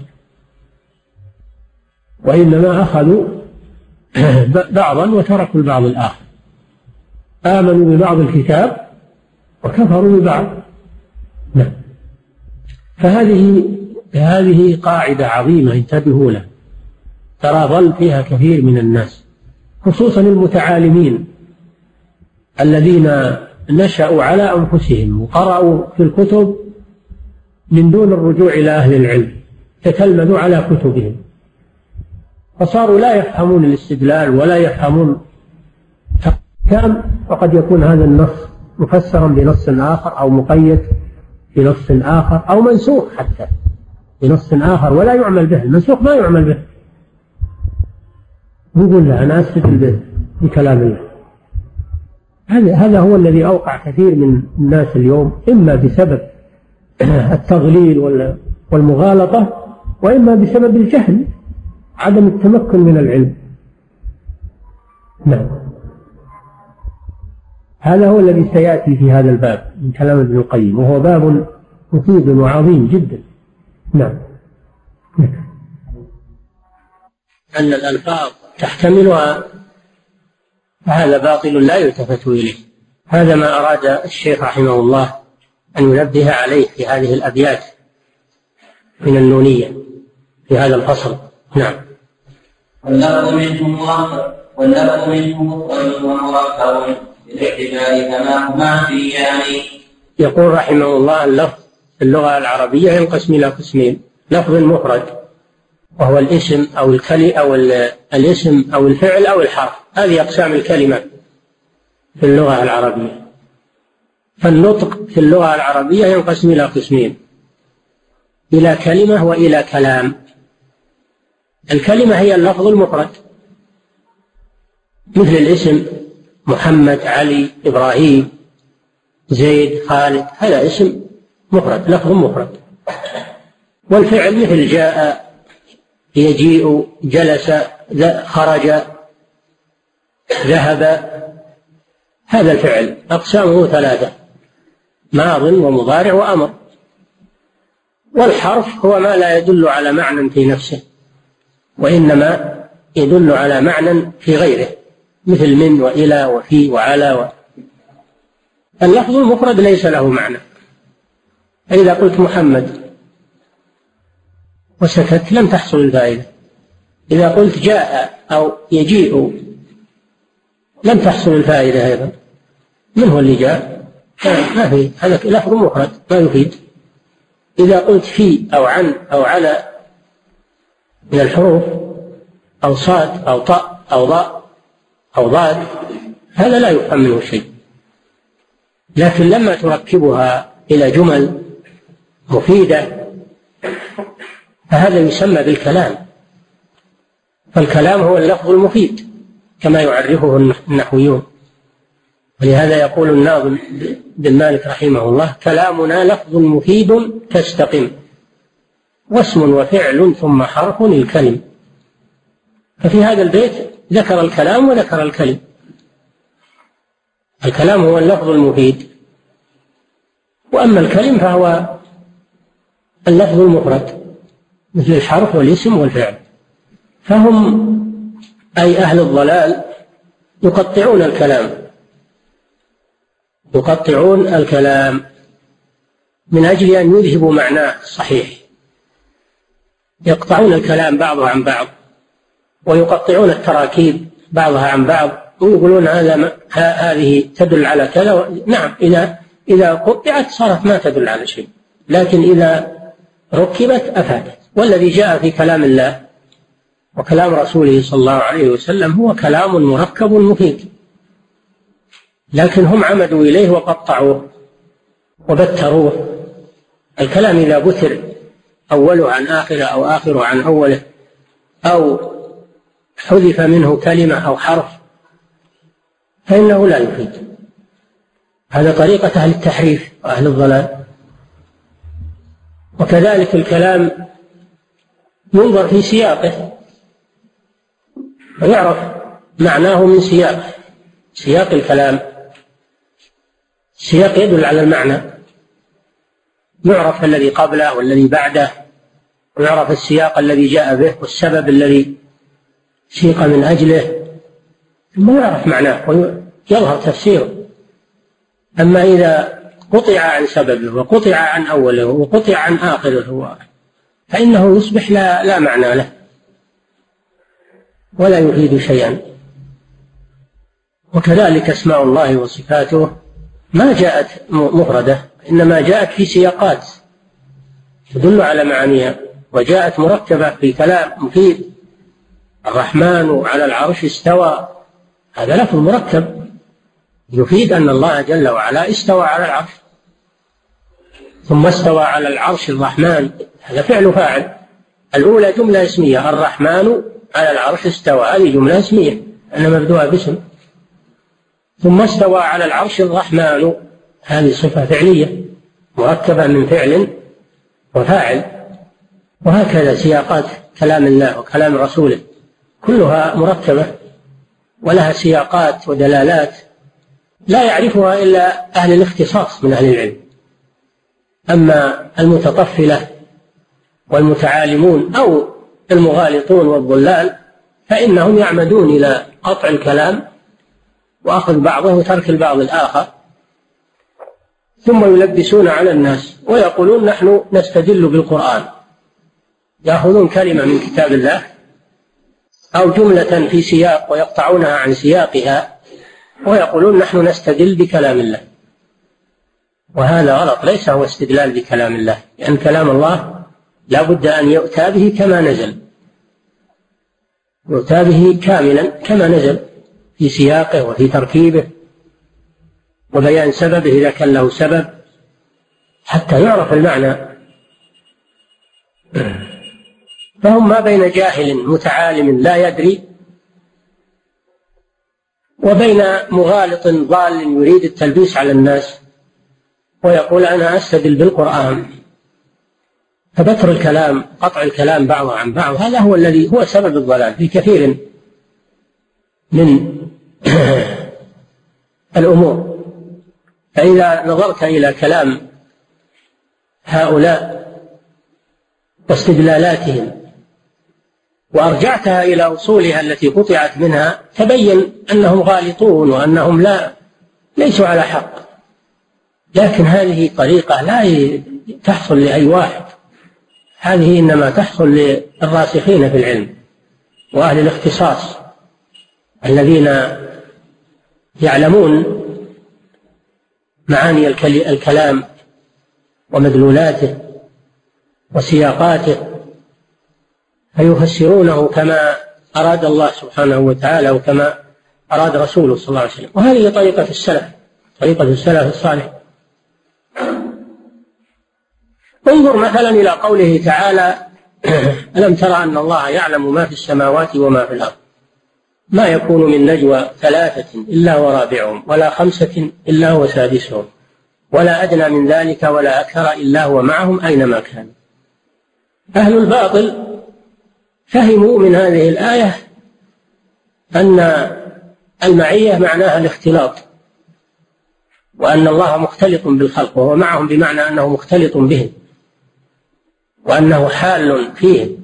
وإنما أخذوا بعضا وتركوا البعض الآخر، آمنوا ببعض الكتاب وكفروا ببعض. نعم. فهذه هذه قاعدة عظيمة انتبهوا لها، ترى ظل فيها كثير من الناس، خصوصا المتعالمين الذين نشأوا على أنفسهم وقرأوا في الكتب من دون الرجوع إلى أهل العلم، تتلمذوا على كتبهم، فصاروا لا يفهمون الاستدلال ولا يفهمون كم، وقد يكون هذا النص مفسرا بنص آخر أو مقيد بنص آخر أو منسوخ حتى بنص آخر ولا يعمل به، المنسوخ ما يعمل به، يقول لا أنا أستدل به بكلام الله. هذا هو الذي أوقع كثير من الناس اليوم، إما بسبب التضليل والمغالطة، وإما بسبب الجهل، عدم التمكن من العلم. نعم. هذا هو الذي سيأتي في هذا الباب من كلام ابن القيم، وهو باب مفيد وعظيم جدا. نعم. أن الألفاظ تحتملها فهذا باطل لا يلتفت إليه. هذا ما أراد الشيخ رحمه الله أن ينبه عليه في هذه الأبيات من النونية في هذا الفصل. نعم. واللفظ منه مركب واللفظ منه مفرد ومركب بالاعتبار كما هما فيان. يقول رحمه الله اللفظ في اللغة العربية ينقسم إلى قسمين: لفظ مفرد وهو الاسم أو الكلمة أو الاسم أو الفعل أو الحرف، هذه أقسام الكلمة في اللغة العربية. فالنطق في اللغة العربية ينقسم إلى قسمين: إلى كلمة وإلى كلام. الكلمة هي اللفظ المفرد، مثل الاسم محمد، علي، إبراهيم، زيد، خالد، هذا اسم مفرد، لفظ مفرد. والفعل مثل جاء، يجيء، جلس، خرج، ذهب، هذا الفعل أقسامه ثلاثة: ماض ومضارع وأمر. والحرف هو ما لا يدل على معنى في نفسه، وإنما يدل على معنى في غيره، مثل من وإلى وفي وعلى و... اللفظ المفرد ليس له معنى. فإذا قلت محمد وسكت لم تحصل الفائدة. إذا قلت جاء أو يجيء لم تحصل الفائدة أيضا. من هو اللي جاء؟ ما في، هذا لفظ مفرد ما يفيد. إذا قلت في أو عن أو على من الحروف، أو صاد أو طاء أو ضاء أو ضاد، هذا لا يفهم منه شيء. لكن لما تركبها إلى جمل مفيدة فهذا يسمى بالكلام. فالكلام هو اللفظ المفيد كما يعرفه النحويون. ولهذا يقول الناظم بن مالك رحمه الله: كلامنا لفظ مفيد تستقم، واسم وفعل ثم حرف الكلم. ففي هذا البيت ذكر الكلام وذكر الكلم. الكلام هو اللفظ المفيد، وأما الكلم فهو اللفظ المفرد مثل الحرف والاسم والفعل. فهم أي أهل الضلال يقطعون الكلام يقطعون الكلام من أجل أن يذهبوا معناه الصحيح. يقطعون الكلام بعضه عن بعض، ويقطعون التراكيب بعضها عن بعض، ويقولون هذا هذه تدل على كذا. نعم، إذا إذا قطعت صارت ما تدل على شيء، لكن إذا ركبت أفادت. والذي جاء في كلام الله وكلام رسوله صلى الله عليه وسلم هو كلام مركب مفيد، لكن هم عمدوا إليه وقطعوه وبتروه. الكلام إذا بتر أوله عن آخره أو آخره عن أوله، أو حذف منه كلمة أو حرف، فإنه لا يفيد. هذا طريقة أهل التحريف وأهل الضلال. وكذلك الكلام ينظر في سياقه ويعرف معناه من سياقه. سياق الكلام، السياق يدل على المعنى، يعرف الذي قبله والذي بعده، ويعرف السياق الذي جاء به والسبب الذي سيق من أجله، ثم يعرف معناه ويظهر تفسيره. أما إذا قطع عن سببه وقطع عن أوله وقطع عن آخره فإنه يصبح لا, لا معنى له ولا يفيد شيئا. وكذلك أسماء الله وصفاته ما جاءت مفردة، إنما جاءت في سياقات تدل على معانيها، وجاءت مركبة في كلام مفيد. الرحمن على العرش استوى، هذا لفظ مركب يفيد أن الله جل وعلا استوى على العرش. ثم استوى على العرش الرحمن، هذا فعل فاعل. الأولى جملة اسمية، الرحمن على العرش استوى، هذه جملة اسمية أنها مبدوءة باسم. ثم استوى على العرش الرحمن، هذه صفة فعلية مركبة من فعل وفاعل. وهكذا سياقات كلام الله وكلام رسوله كلها مركبة ولها سياقات ودلالات لا يعرفها إلا أهل الاختصاص من أهل العلم. أما المتطفلة والمتعالمون أو المغالطون والضلال فإنهم يعمدون إلى قطع الكلام وأخذ بعضه وترك البعض الآخر، ثم يلبسون على الناس ويقولون نحن نستدل بالقرآن. يأخذون كلمة من كتاب الله أو جملة في سياق ويقطعونها عن سياقها ويقولون نحن نستدل بكلام الله، وهذا غلط. ليس هو استدلال بكلام الله، لأن كلام الله لا بد أن يؤتى به كما نزل، يؤتى به كاملا كما نزل في سياقه وفي تركيبه وبيان سببه إذا كان له سبب حتى يعرف المعنى. فهم ما بين جاهل متعالم لا يدري وبين مغالط ضال يريد التلبيس على الناس ويقول أنا أستدل بالقرآن. فبتر الكلام، قطع الكلام بعضه عن بعض، هذا هو الذي هو سبب الضلال في كثير من الأمور. فإذا نظرت إلى كلام هؤلاء واستدلالاتهم وأرجعتها إلى أصولها التي قطعت منها تبين أنهم غالطون وأنهم لا ليسوا على حق. لكن هذه طريقة لا تحصل لأي واحد، هذه إنما تحصل للراسخين في العلم وأهل الاختصاص الذين يعلمون معاني الكلام ومدلولاته وسياقاته فيفسرونه كما أراد الله سبحانه وتعالى وكما أراد رسوله صلى الله عليه وسلم. وهذه طريقة السلف، طريقة السلف الصالح. انظر مثلا إلى قوله تعالى: ألم ترى أن الله يعلم ما في السماوات وما في الأرض، ما يكون من نجوى ثلاثة إلا ورابعهم ولا خمسة إلا هو سادسهم ولا أدنى من ذلك ولا أكثر إلا هو معهم أينما كانوا. أهل الباطل فهموا من هذه الآية أن المعية معناها الاختلاط، وأن الله مختلط بالخلق، وهو معهم بمعنى أنه مختلط بهم وأنه حال فيهم.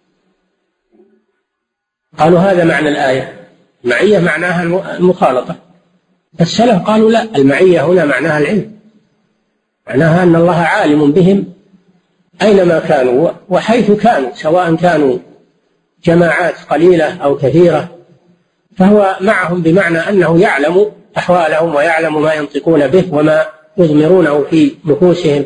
قالوا هذا معنى الآية، المعية معناها المخالطة. السلف قالوا لا، المعية هنا معناها العلم، معناها أن الله عالم بهم أينما كانوا وحيث كانوا، سواء كانوا جماعات قليلة أو كثيرة، فهو معهم بمعنى أنه يعلم أحوالهم ويعلم ما ينطقون به وما يضمرونه في نفوسهم،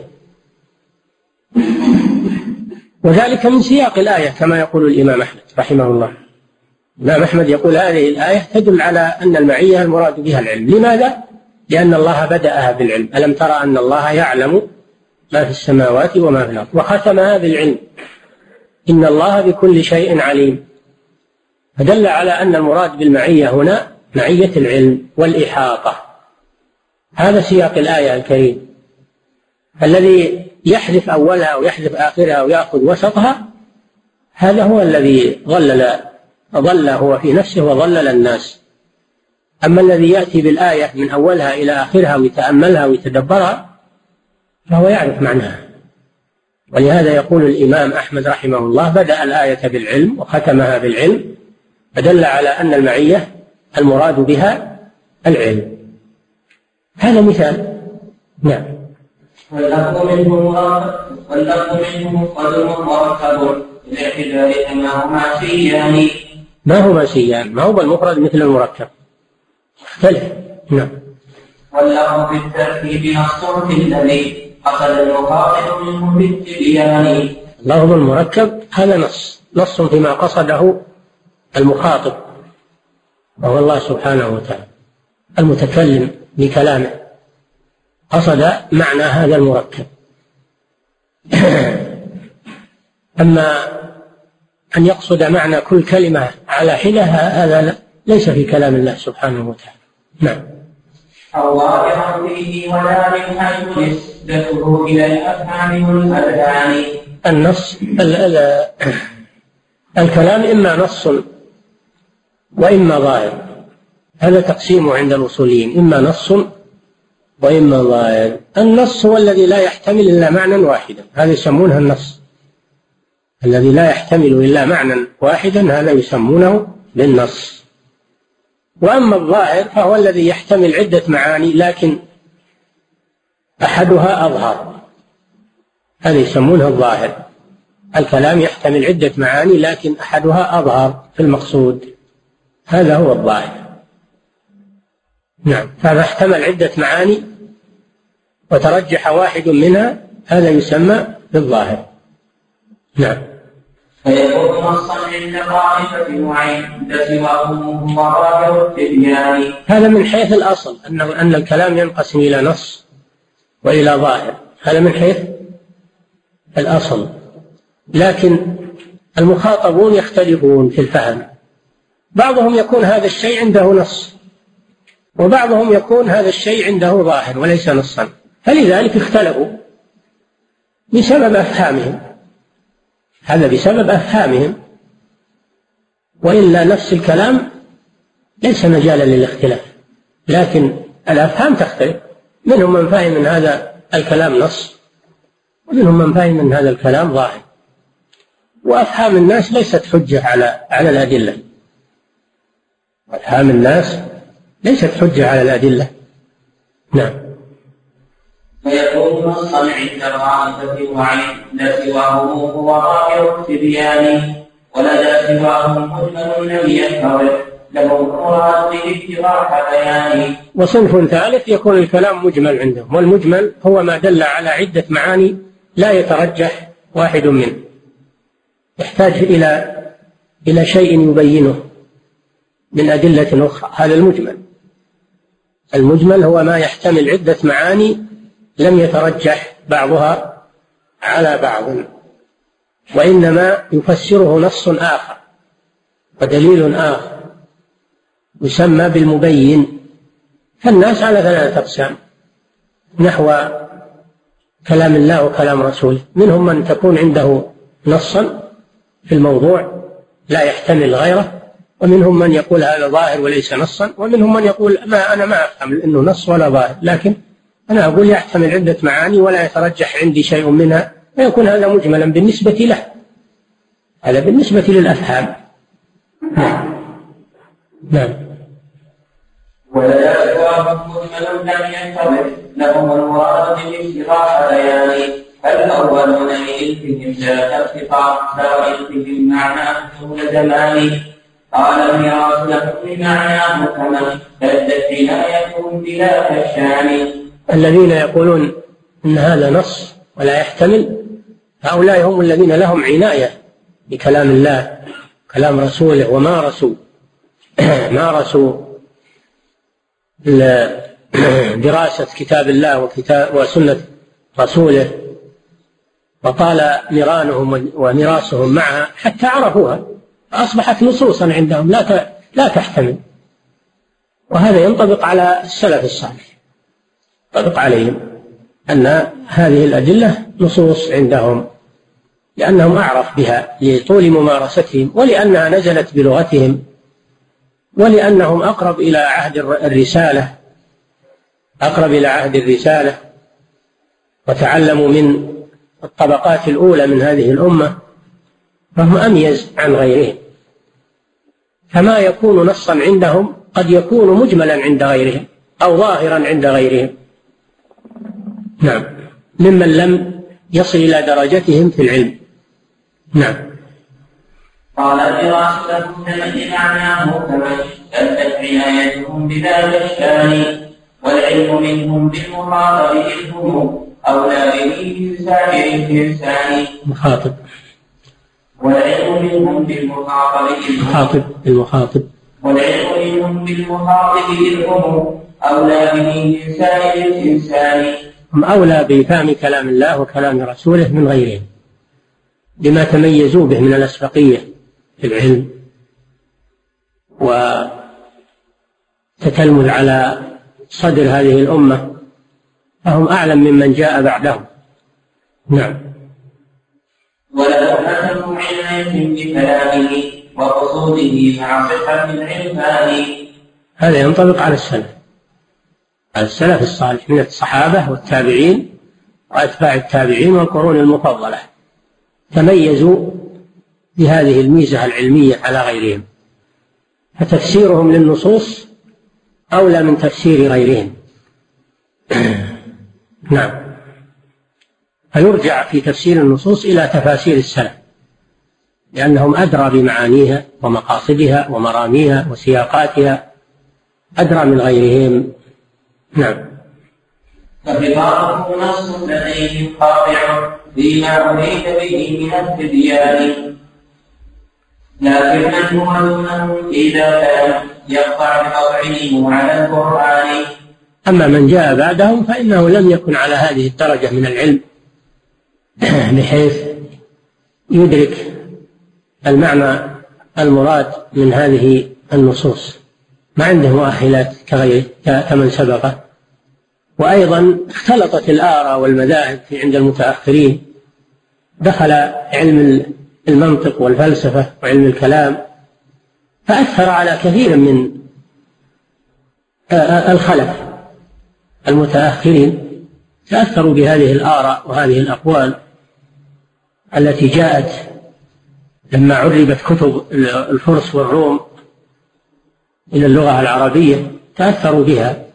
وذلك من سياق الآية كما يقول الإمام أحمد رحمه الله. الإمام أحمد يقول هذه الآية تدل على أن المعية المراد بها العلم. لماذا؟ لأن الله بدأها بالعلم. ألم ترى أن الله يعلم ما في السماوات وما في الأرض، وختمها بالعلم، إن الله بكل شيء عليم. فدل على أن المراد بالمعية هنا معية العلم والإحاطة. هذا سياق الآية الكريمة. الذي يحذف أولها أو يحذف آخرها أو يأخذ وسطها هذا هو الذي ضلل ضل هو في نفسه وضلل الناس. أما الذي يأتي بالآية من أولها إلى آخرها ويتأملها ويتدبرها فهو يعرف معناها. ولهذا يقول الإمام أحمد رحمه الله: بدأ الآية بالعلم وختمها بالعلم، فدل على أن المعية المراد بها العلم. هذا مثال. نعم. واللفظ منه مفرد مركب بالاعتبار كما هما سيان. ما هما سيان؟ ما هو المفرد مثل المركب، مختلف. نعم. واللفظ بالترتيب نص في الذي قصد المخاطب منه بالتبيان. اللفظ المركب هذا نص نص فيما قصده المخاطب وهو الله سبحانه وتعالى المتكلم بكلامه، قصد معنى هذا المركب. أما أن يقصد معنى كل كلمة على حدة هذا ليس في كلام الله سبحانه وتعالى. نعم. أو ظاهرا فيه ولا من حيث نسبته إلى الأفهام والأذهان. النص ال ال الكلام إما نص وإما ظاهر، هذا تقسيمه عند الأصوليين، إما نص وإما ظاهر. النص هو الذي لا يحتمل إلا معنى واحدا، هذا يسمونه النص. الذي لا يحتمل إلا معنى واحدا هذا يسمونه بالنص. وأما الظاهر فهو الذي يحتمل عدة معاني لكن أحدها أظهر، هذا يسمونه الظاهر. الكلام يحتمل عدة معاني لكن أحدها أظهر في المقصود، هذا هو الظاهر. نعم. فما احتمل عدة معاني وترجح واحد منها هذا يسمى بالظاهر. نعم. فيكون نصا عند طائفة وعند سواهم ظاهر التبيان. هذا من حيث الأصل أن أن الكلام ينقسم إلى نص وإلى ظاهر، هذا من حيث الأصل. لكن المخاطبون يختلفون في الفهم، بعضهم يكون هذا الشيء عنده نص وبعضهم يكون هذا الشيء عنده ظاهر وليس نصا، فلذلك اختلفوا بسبب أفهامهم، هذا بسبب أفهامهم، وإلا نفس الكلام ليس مجالا للاختلاف. لكن الأفهام تختلف، منهم من فهم من هذا الكلام نص، ومنهم من فهم من هذا الكلام ظاهر، وأفهام الناس ليست حجة على على الأدلة. أفهام الناس ليست حجة على الأدلة. نعم. فيكون نصا عند الطائفة وعند سواهم هو ظاهر التبيان، ولدى سواهم مجمل لم ينفرد له المراد به اتضاح بيان. وصنف ثالث يكون الكلام مجمل عندهم، والمجمل هو ما دل على عدة معاني لا يترجح واحد منه، يحتاج إلى إلى شيء يبينه من أدلة أخرى، هذا المجمل. المجمل هو ما يحتمل عدة معاني لم يترجح بعضها على بعض، وإنما يفسره نص آخر ودليل آخر يسمى بالمبين. فالناس على ثلاثة أقسام نحو كلام الله وكلام رسوله، منهم من تكون عنده نصا في الموضوع لا يحتمل غيره، ومنهم من يقول هذا ظاهر وليس نصا، ومنهم من يقول ما أنا ما أفهم إنه نص ولا ظاهر، لكن أنا أقول يحتمل عدة معاني ولا يترجح عندي شيء منها، فيكون هذا مجملا بالنسبة له. هذا بالنسبة للأفهام. نعم. نعم. ولا سواهم مجمل لم ينفرد لهم المراد باتضاح بيان، فالأولون لإلفهم لا افتقار لا إلفهم معناه طول زمان، قال الميراث لهم بمعناه كمن فدت عنايتهم بلا كشان. الذين يقولون إن هذا نص ولا يحتمل، هؤلاء هم الذين لهم عناية بكلام الله كلام رسوله، وما رسوا مارسوا دراسة كتاب الله وكتاب وسنة رسوله، وطال نيرانهم وميراثهم معها حتى عرفوها فأصبحت نصوصا عندهم لا لا تحتمل. وهذا ينطبق على السلف الصالح، ينطبق عليهم أن هذه الأدلة نصوص عندهم، لأنهم أعرف بها لطول ممارستهم، ولأنها نزلت بلغتهم، ولأنهم أقرب إلى عهد الرسالة أقرب إلى عهد الرسالة وتعلموا من الطبقات الأولى من هذه الأمة، فهم أميز عن غيرهم. فما يكون نصا عندهم قد يكون مجملا عند غيرهم أو ظاهرا عند غيرهم. نعم. ممن لم يصل إلى درجتهم في العلم. نعم. قال دراستهم كمن معناه كمن فدت عنايتهم بذلك الشان، والعلم منهم بالمخاطب إذهم أولى به من سائر الإنسان. مخاطب. والعلم منهم بالمخاطب مخاطب المخاطب والعلم منهم بالمخاطب إذهم أولى به من سائر الإنسان. هم أولى بفهم كلام الله وكلام رسوله من غيرهم، بما تميزوا به من الأسبقية في العلم وتتلمذ على صدر هذه الأمة، فهم أعلم ممن جاء بعدهم. نعم. ولهم أهم عناية بكلامه وقصوده مع صحة العرفان. هذا ينطبق على السلف على السلف الصالح من الصحابة والتابعين وأتباع التابعين والقرون المفضلة، تميزوا بهذه الميزة العلمية على غيرهم، فتفسيرهم للنصوص أولى من تفسير غيرهم. نعم. فيرجع في تفسير النصوص إلى تفاسير السلف، لأنهم أدرى بمعانيها ومقاصدها ومراميها وسياقاتها، أدرى من غيرهم. نعم. فخطابه نص لديهم قاطع فيما أريد به من التبيان، لكن من هو دونهم إذا كان يقطع بقطعهم على القرآن. أما من جاء بعدهم فإنه لم يكن على هذه الدرجة من العلم بحيث يدرك المعنى المراد من هذه النصوص، ما عنده مؤهلات كغيره كمن سبقه. وأيضا اختلطت الآراء والمذاهب عند المتأخرين، دخل علم المنطق والفلسفة وعلم الكلام، فأثر على كثير من الخلف المتأخرين تأثروا بهذه الآراء وهذه الأقوال التي جاءت لما عربت كتب الفرس والروم إلى اللغة العربية، تأثروا بها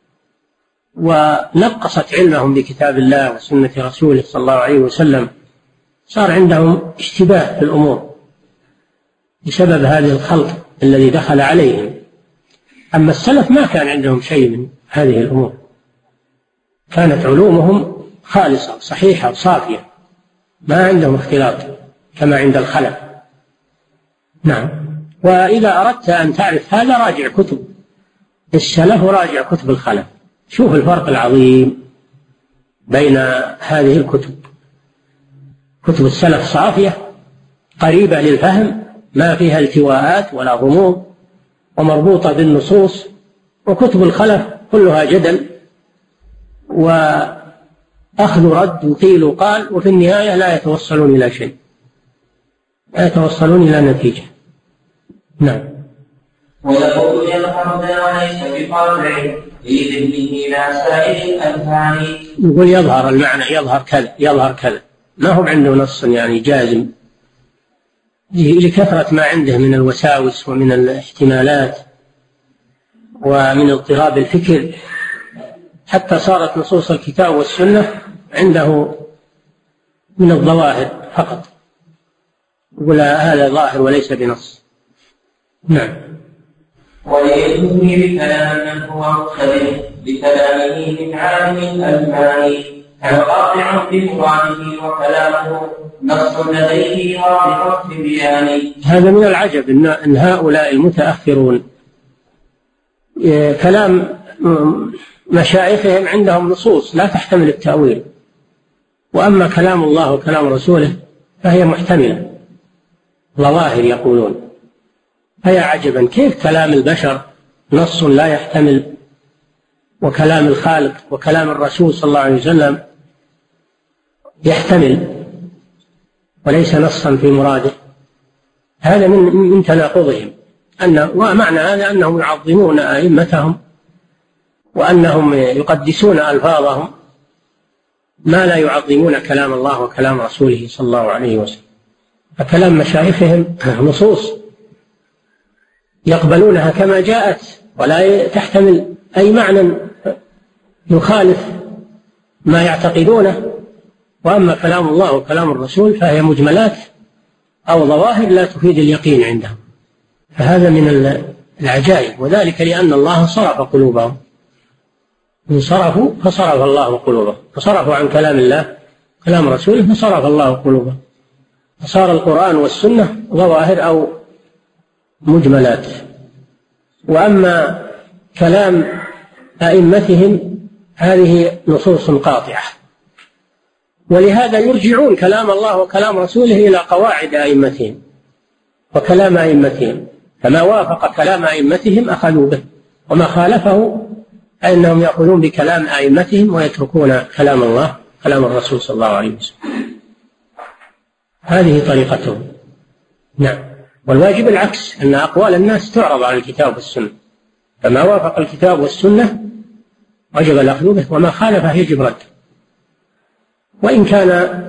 ونقصت علمهم بكتاب الله وسنة رسوله صلى الله عليه وسلم، صار عندهم اشتباه في الأمور بسبب هذه الخلط الذي دخل عليهم. أما السلف ما كان عندهم شيء من هذه الأمور، كانت علومهم خالصة صحيحة صافية، ما عندهم اختلاط كما عند الخلف. نعم. وإذا أردت أن تعرف هذا راجع كتب السلف وراجع كتب الخلف، شوف الفرق العظيم بين هذه الكتب. كتب السلف صافية قريبة للفهم، ما فيها التواءات ولا غموض ومربوطة بالنصوص، وكتب الخلف كلها جدل وأخذ رد وقيل وقال، وفي النهاية لا يتوصلون إلى شيء، لا يتوصلون إلى نتيجة. نعم. ويقول يظهر ذا وليس بقاطع في ذهنه لا سائر الأذهان. يقول يظهر المعنى، يظهر كذا يظهر كذا، ما هو عنده نص يعني جازم، لكثرة ما عنده من الوساوس ومن الاحتمالات ومن اضطراب الفكر، حتى صارت نصوص الكتاب والسنة عنده من الظواهر فقط، يقول هذا ظاهر وليس بنص. نعم. وليكون بكلام من هو مختلف بكلامه من عالم الأزمان، وقاطع بمراده وكلامه نص لديه واضح في بيانه. هذا من العجب أن هؤلاء المتأخرون كلام مشايخهم عندهم نصوص لا تحتمل التأويل، وأما كلام الله وكلام رسوله فهي محتملة، ظواهر يقولون. فيا عجبا كيف كلام البشر نص لا يحتمل، وكلام الخالق وكلام الرسول صلى الله عليه وسلم يحتمل وليس نصا في مراده. هذا من من تناقضهم. أن ومعنى هذا أنهم يعظمون أئمتهم وأنهم يقدسون ألفاظهم، ما لا يعظمون كلام الله وكلام رسوله صلى الله عليه وسلم. فكلام مشايخهم نصوص يقبلونها كما جاءت ولا تحتمل أي معنى يخالف ما يعتقدونه، وأما كلام الله وكلام الرسول فهي مجملات أو ظواهر لا تفيد اليقين عندهم. فهذا من العجائب، وذلك لأن الله صرف قلوبهم، إن صرفوا فصرف الله قلوبهم، فصرفوا عن كلام الله كلام رسوله فصرف الله قلوبهم، فصار القرآن والسنة ظواهر أو مجملات. وأما كلام أئمتهم هذه نصوص قاطعة، ولهذا يرجعون كلام الله وكلام رسوله إلى قواعد أئمتهم وكلام أئمتهم، فما وافق كلام أئمتهم أخذوا به، وما خالفه فإنهم يقولون بكلام أئمتهم ويتركون كلام الله كلام الرسول صلى الله عليه وسلم. هذه طريقتهم. نعم. والواجب العكس، أن أقوال الناس تعرض على الكتاب والسنة، فما وافق الكتاب والسنة وجب الأخذ به، وما خالفه يجب رده، وإن كان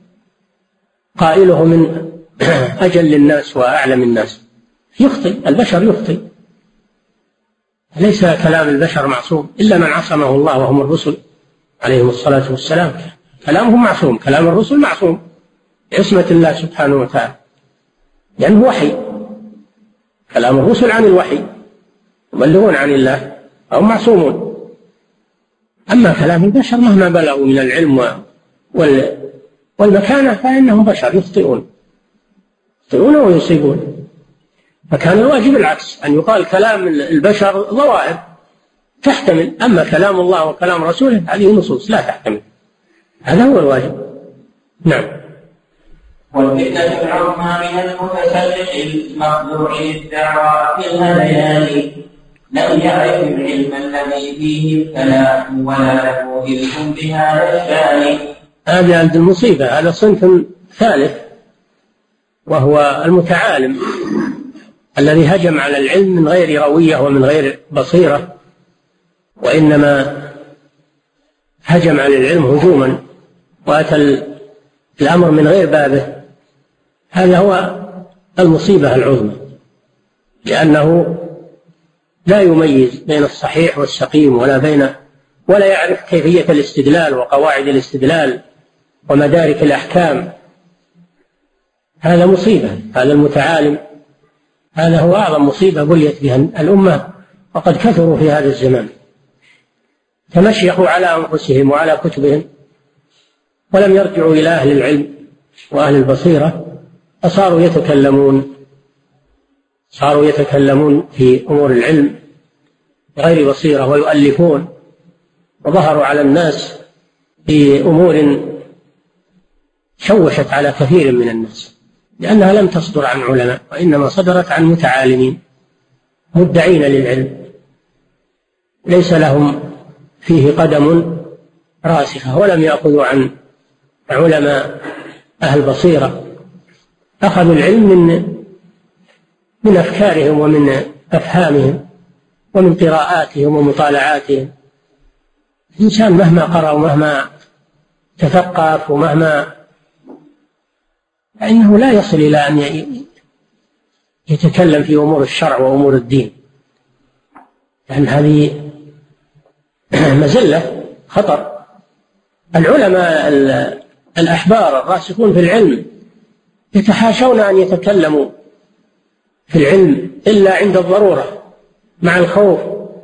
قائله من أجل الناس وأعلم الناس. يخطئ، البشر يخطئ، ليس كلام البشر معصوم إلا من عصمه الله وهم الرسل عليهم الصلاة والسلام، كلامهم معصوم، كلام الرسل معصوم عصمة الله سبحانه وتعالى، لأنه وحي، كلام الرسل عن الوحي يبلغون عن الله أو معصومون. أما كلام البشر مهما بلغوا من العلم والمكانة فإنهم بشر يخطئون يخطئون ويصيبون. فكان الواجب العكس، أن يقال كلام البشر ظواهر تحتمل، أما كلام الله وكلام رسوله هذه نصوص لا تحتمل، هذا هو الواجب. نعم. والفتنة العظمى من المتسلق المخضوع للدعوى في الهذيان، لم يعرف العلم الذي فيه الكلام ولا له علم بهذا الشان. هذا عند المصيبة، هذا صنف ثالث وهو المتعالم الذي هجم على العلم من غير روية ومن غير بصيرة، وإنما هجم على العلم هجوما وأتى الأمر من غير بابه، هذا هو المصيبة العظمى، لأنه لا يميز بين الصحيح والسقيم ولا بين ولا يعرف كيفية الاستدلال وقواعد الاستدلال ومدارك الأحكام. هذا مصيبة، هذا المتعالم هذا هو أعظم مصيبة بليت بها الأمة، وقد كثروا في هذا الزمان، تمشيخوا على أنفسهم وعلى كتبهم ولم يرجعوا إلى أهل العلم وأهل البصيرة، فصاروا يتكلمون صاروا يتكلمون في أمور العلم بغير بصيرة ويؤلفون، وظهروا على الناس في أمور شوشت على كثير من الناس، لأنها لم تصدر عن علماء وإنما صدرت عن متعالمين مدعين للعلم ليس لهم فيه قدم راسخة، ولم يأخذوا عن علماء أهل بصيرة، أخذوا العلم من من أفكارهم ومن أفهامهم ومن قراءاتهم ومطالعاتهم. الإنسان مهما قرأ ومهما تثقف ومهما فإنه لا يصل إلى أن يتكلم في أمور الشرع وأمور الدين، لأن هذه مزلة خطر. العلماء الأحبار الراسخون في العلم يتحاشون أن يتكلموا في العلم إلا عند الضرورة مع الخوف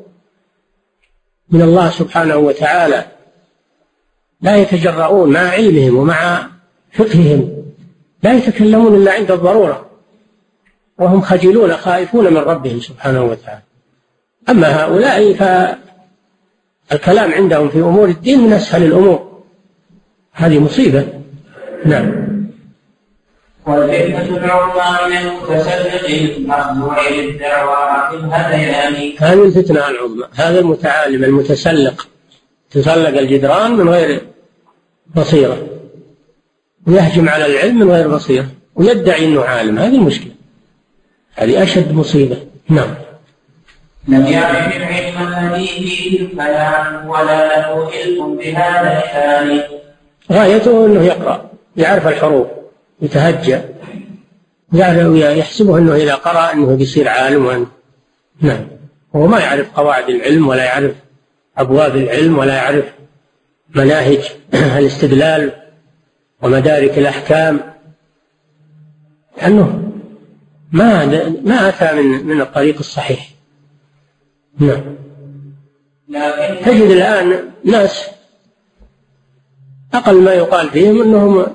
من الله سبحانه وتعالى، لا يتجرؤون مع علمهم ومع فقههم، لا يتكلمون إلا عند الضرورة وهم خجلون خائفون من ربهم سبحانه وتعالى. أما هؤلاء فالكلام عندهم في أمور الدين من أسهل الأمور، هذه مصيبة. نعم. والفتنة العظمى من المتسلق المخضوع للدعوى في الهذيان. هذه الفتنة العظمى، هذا المتعالم المتسلق تسلق الجدران من غير بصيرة ويهجم على العلم من غير بصيرة ويدعي أنه عالم، هذه المشكلة، هذه أشد مصيبة. نعم. لم يعرف العلم الذي فيه الكلام ولا له علم بهذا الشان. غايته أنه يقرأ يعرف الحروف يتهجأ يحسبه أنه إذا قرأ أنه بيصير عالم وأنه. نعم. هو ما يعرف قواعد العلم ولا يعرف أبواب العلم ولا يعرف مناهج الاستدلال ومدارك الأحكام، لأنه ما ما أتى من من الطريق الصحيح. نعم. تجد الآن ناس أقل ما يقال فيهم أنهم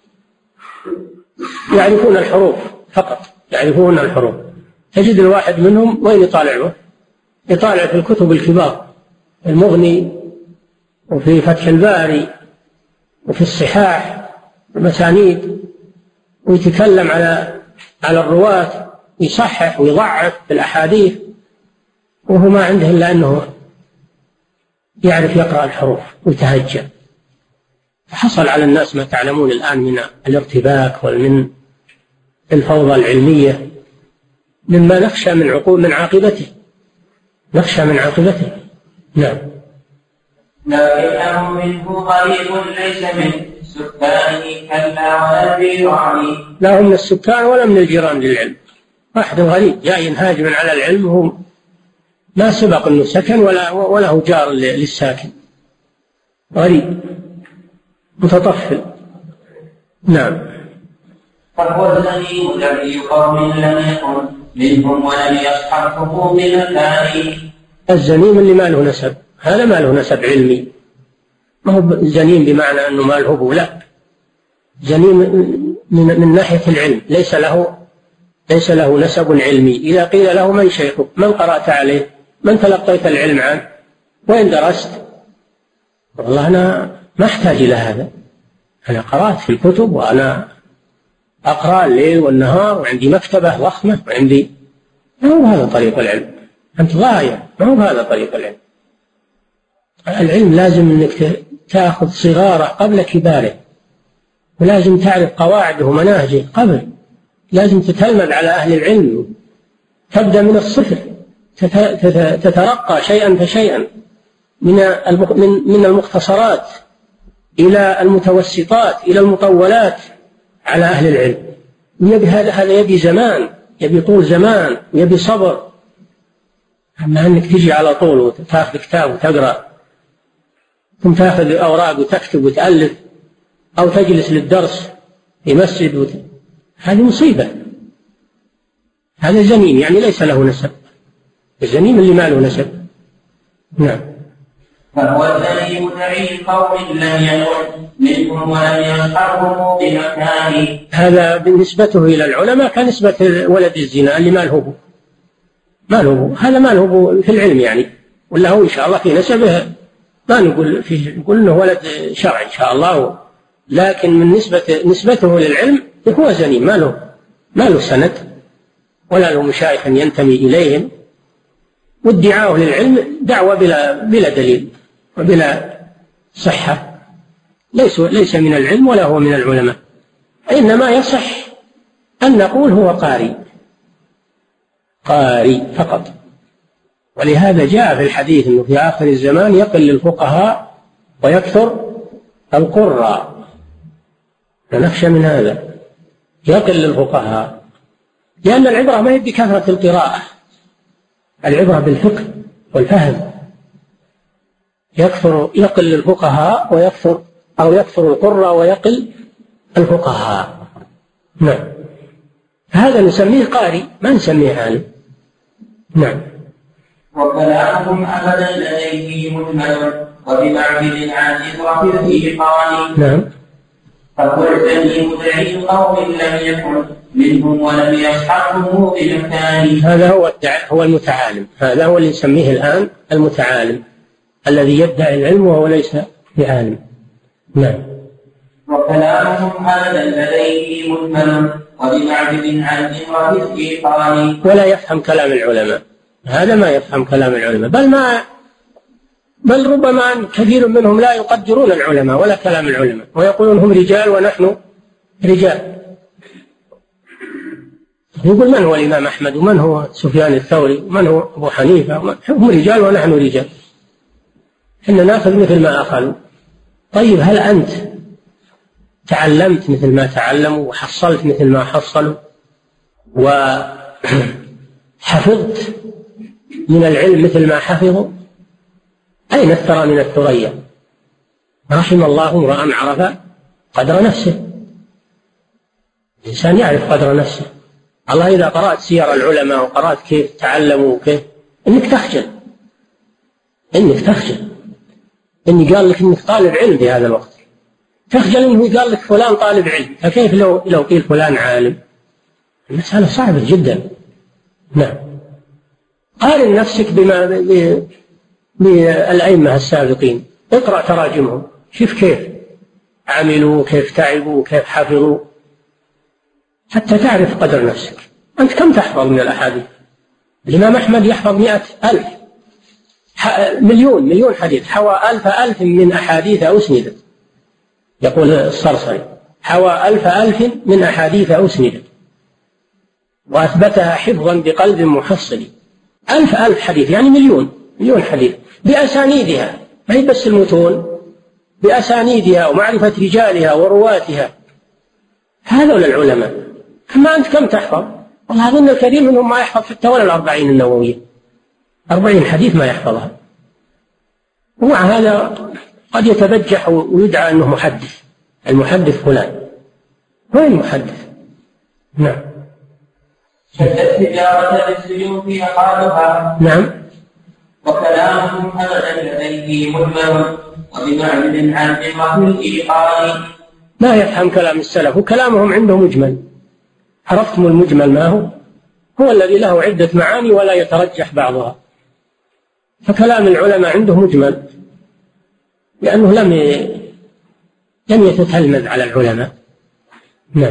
يعرفون الحروف فقط، يعرفون الحروف. تجد الواحد منهم وين يطالع؟ يطالع في الكتب الكبار، المغني وفي فتح الباري وفي الصحاح المسانيد، ويتكلم على على الرواة، يصحح ويضعف في الأحاديث، وهو ما عنده إلا أنه يعرف يقرأ الحروف ويتهجأ. فحصل على الناس ما تعلمون الآن من الارتباك ومن الفوضى العلمية، مما نخشى من عقوب من عاقبته نخشى من عاقبته. نعم. لكنه منه غريب ليس من سكانه كلا ولا جيرانه. لا هم من السكان ولا من الجيران للعلم، واحد غريب جاي هاجما على العلم، هو ما سبق انه سكن ولا ولا هو جار للساكن، غريب متطفل. نعم. فهو الذي الذي قوم لم يكن منهم ولم يصحبه بمكان. الزنيم اللي ما له نسب، هذا ما له نسب علمي، ما هو زنيم بمعنى أنه ما له أبو، لا، زنيم من, من ناحية العلم، ليس له ليس له نسب علمي. إذا قيل له من شيخك؟ من قرأت عليه؟ من تلقيت العلم عنه؟ وين درست؟ والله أنا ما أحتاج إلى هذا، أنا قرأت في الكتب وأنا أقرأ الليل والنهار وعندي مكتبة ضخمة وعندي. ما هو هذا طريق العلم، أنت ضايع، ما هو هذا طريق العلم. العلم لازم أنك تأخذ صغاره قبل كباره، ولازم تعرف قواعده ومناهجه قبل، لازم تتلمذ على أهل العلم، تبدأ من الصفر، تترقى شيئا فشيئا من من المختصرات إلى المتوسطات إلى المطولات على أهل العلم. يبي هذا هذا يبي زمان، يبي طول زمان، ويبي صبر. أما أنك تجي على طول وتأخذ كتاب وتقرأ ثم تأخذ أوراق وتكتب وتألف، أو تجلس للدرس في مسجد وت... هذه مصيبة. هذا زميم، يعني ليس له نسب. الزميم اللي ما له نسب. نعم. فهو الذي مدعي قوم لم يكن منهم ولم يصحبهم بمكان. هذا بالنسبته إلى العلماء كنسبة ولد الزنا اللي ما له ما له هذا ما له في العلم يعني، ولا هو إن شاء الله في نسبه ما نقول فيه، نقول إنه ولد شرعي إن شاء الله، لكن من نسبة نسبته للعلم هو زني، ما له ما له سند ولا له مشايخ ينتمي إليهم، وادعاؤه للعلم دعوة بلا بلا دليل وبلا صحة، ليس ليس من العلم ولا هو من العلماء. إنما يصح أن نقول هو قارئ قارئ فقط. ولهذا جاء في الحديث أنه في آخر الزمان يقل الفقهاء ويكثر القراء، فنخشى من هذا، يقل الفقهاء، لأن العبرة ما هي بكثرة القراءة، العبرة بالفقه والفهم. يكثر يقل الفقهاء ويكثر أو يكثر القراء ويقل الفقهاء. نعم. هذا نسميه قارئ، ما نسميه عالم. نعم. وكلامهم أبدا لديه مجمل وبمعبد عن إضراب الإيقان. نعم. فهو الذي مدعي قوم لم يكن منهم ولم يصحبه بمكان. هذا هو هو المتعالم، هذا هو اللي نسميه الآن المتعالم، الذي يدعي العلم وهو ليس بعالم. نعم. وكلامهم أبدا لديه مجمل وبمعبد عن إضراب الإيقان. ولا يفهم كلام العلماء، هذا ما يفهم كلام العلماء، بل ما بل ربما كثير منهم لا يقدرون العلماء ولا كلام العلماء، ويقولون هم رجال ونحن رجال. يقول من هو الإمام أحمد ومن هو سفيان الثوري ومن هو أبو حنيفة، هم رجال ونحن رجال، إحنا نأخذ مثل ما أخذوا. طيب هل أنت تعلمت مثل ما تعلموا وحصلت مثل ما حصلوا وحفظت من العلم مثل ما حفظوا؟ أين الثرى من الثريا؟ رحم الله امرأ عرف قدر نفسه. الإنسان يعرف قدر نفسه. الله إذا قرأت سير العلماء وقرأت كيف تعلموا وكيف، إنك تخجل، إنك تخجل إني قال لك إنك طالب علم في هذا الوقت، تخجل إنه قال لك فلان طالب علم، فكيف لو لو قيل فلان عالم؟ المسألة صعبة جدا. نعم. قارن نفسك بما بالأئمة السابقين، اقرأ تراجمهم، شوف كيف عملوا وكيف تعبوا وكيف حفظوا حتى تعرف قدر نفسك. أنت كم تحفظ من الأحاديث؟ الإمام أحمد يحفظ مئة ألف، مليون مليون حديث، حوى ألف ألف من أحاديث أسندت. يقول الصرصري حوى ألف ألف من أحاديث أسندت وأثبتها حفظا بقلب محصل. ألف ألف حديث يعني مليون مليون حديث بأسانيدها، ما هي بس المتون، بأسانيدها ومعرفة رجالها ورواتها. هذول العلماء. أما أنت كم تحفظ؟ والله أظن الكثير منهم ما يحفظ حتى ولا الأربعين النووية، أربعين حديث ما يحفظها، ومع هذا قد يتبجح ويدعى أنه محدث، المحدث فلان. وين المحدث؟ نعم. شدت تجارة السيوف أقالها. نعم. وكلامهم أبدا لديه مجمل وبمعبد عن إضراب الإيقان. ما يفهم كلام السلف، وكلامهم عنده مجمل. عرفتم المجمل ما هو؟ هو الذي له عدة معاني ولا يترجح بعضها. فكلام العلماء عنده مجمل لأنه لم لم يتتلمذ على العلماء. نعم.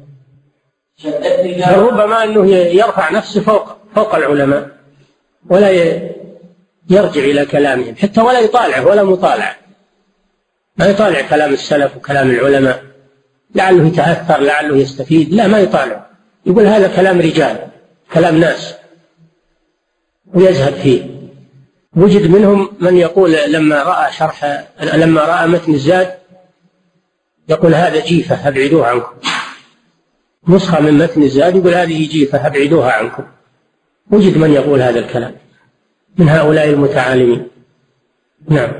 ربما أنه يرفع نفسه فوق فوق العلماء ولا يرجع إلى كلامهم حتى، ولا يطالع ولا مطالعة، ما يطالع كلام السلف وكلام العلماء لعله يتأثر لعله يستفيد، لا ما يطالع، يقول هذا كلام رجال كلام ناس ويزهد فيه. وجد منهم من يقول لما رأى شرح لما رأى متن الزاد يقول هذا جيفة أبعدوها عنكم، نسخة من متن الزاد يقول هذه جيفة أبعدوها عنكم. وجد من يقول هذا الكلام من هؤلاء المتعالمين. نعم.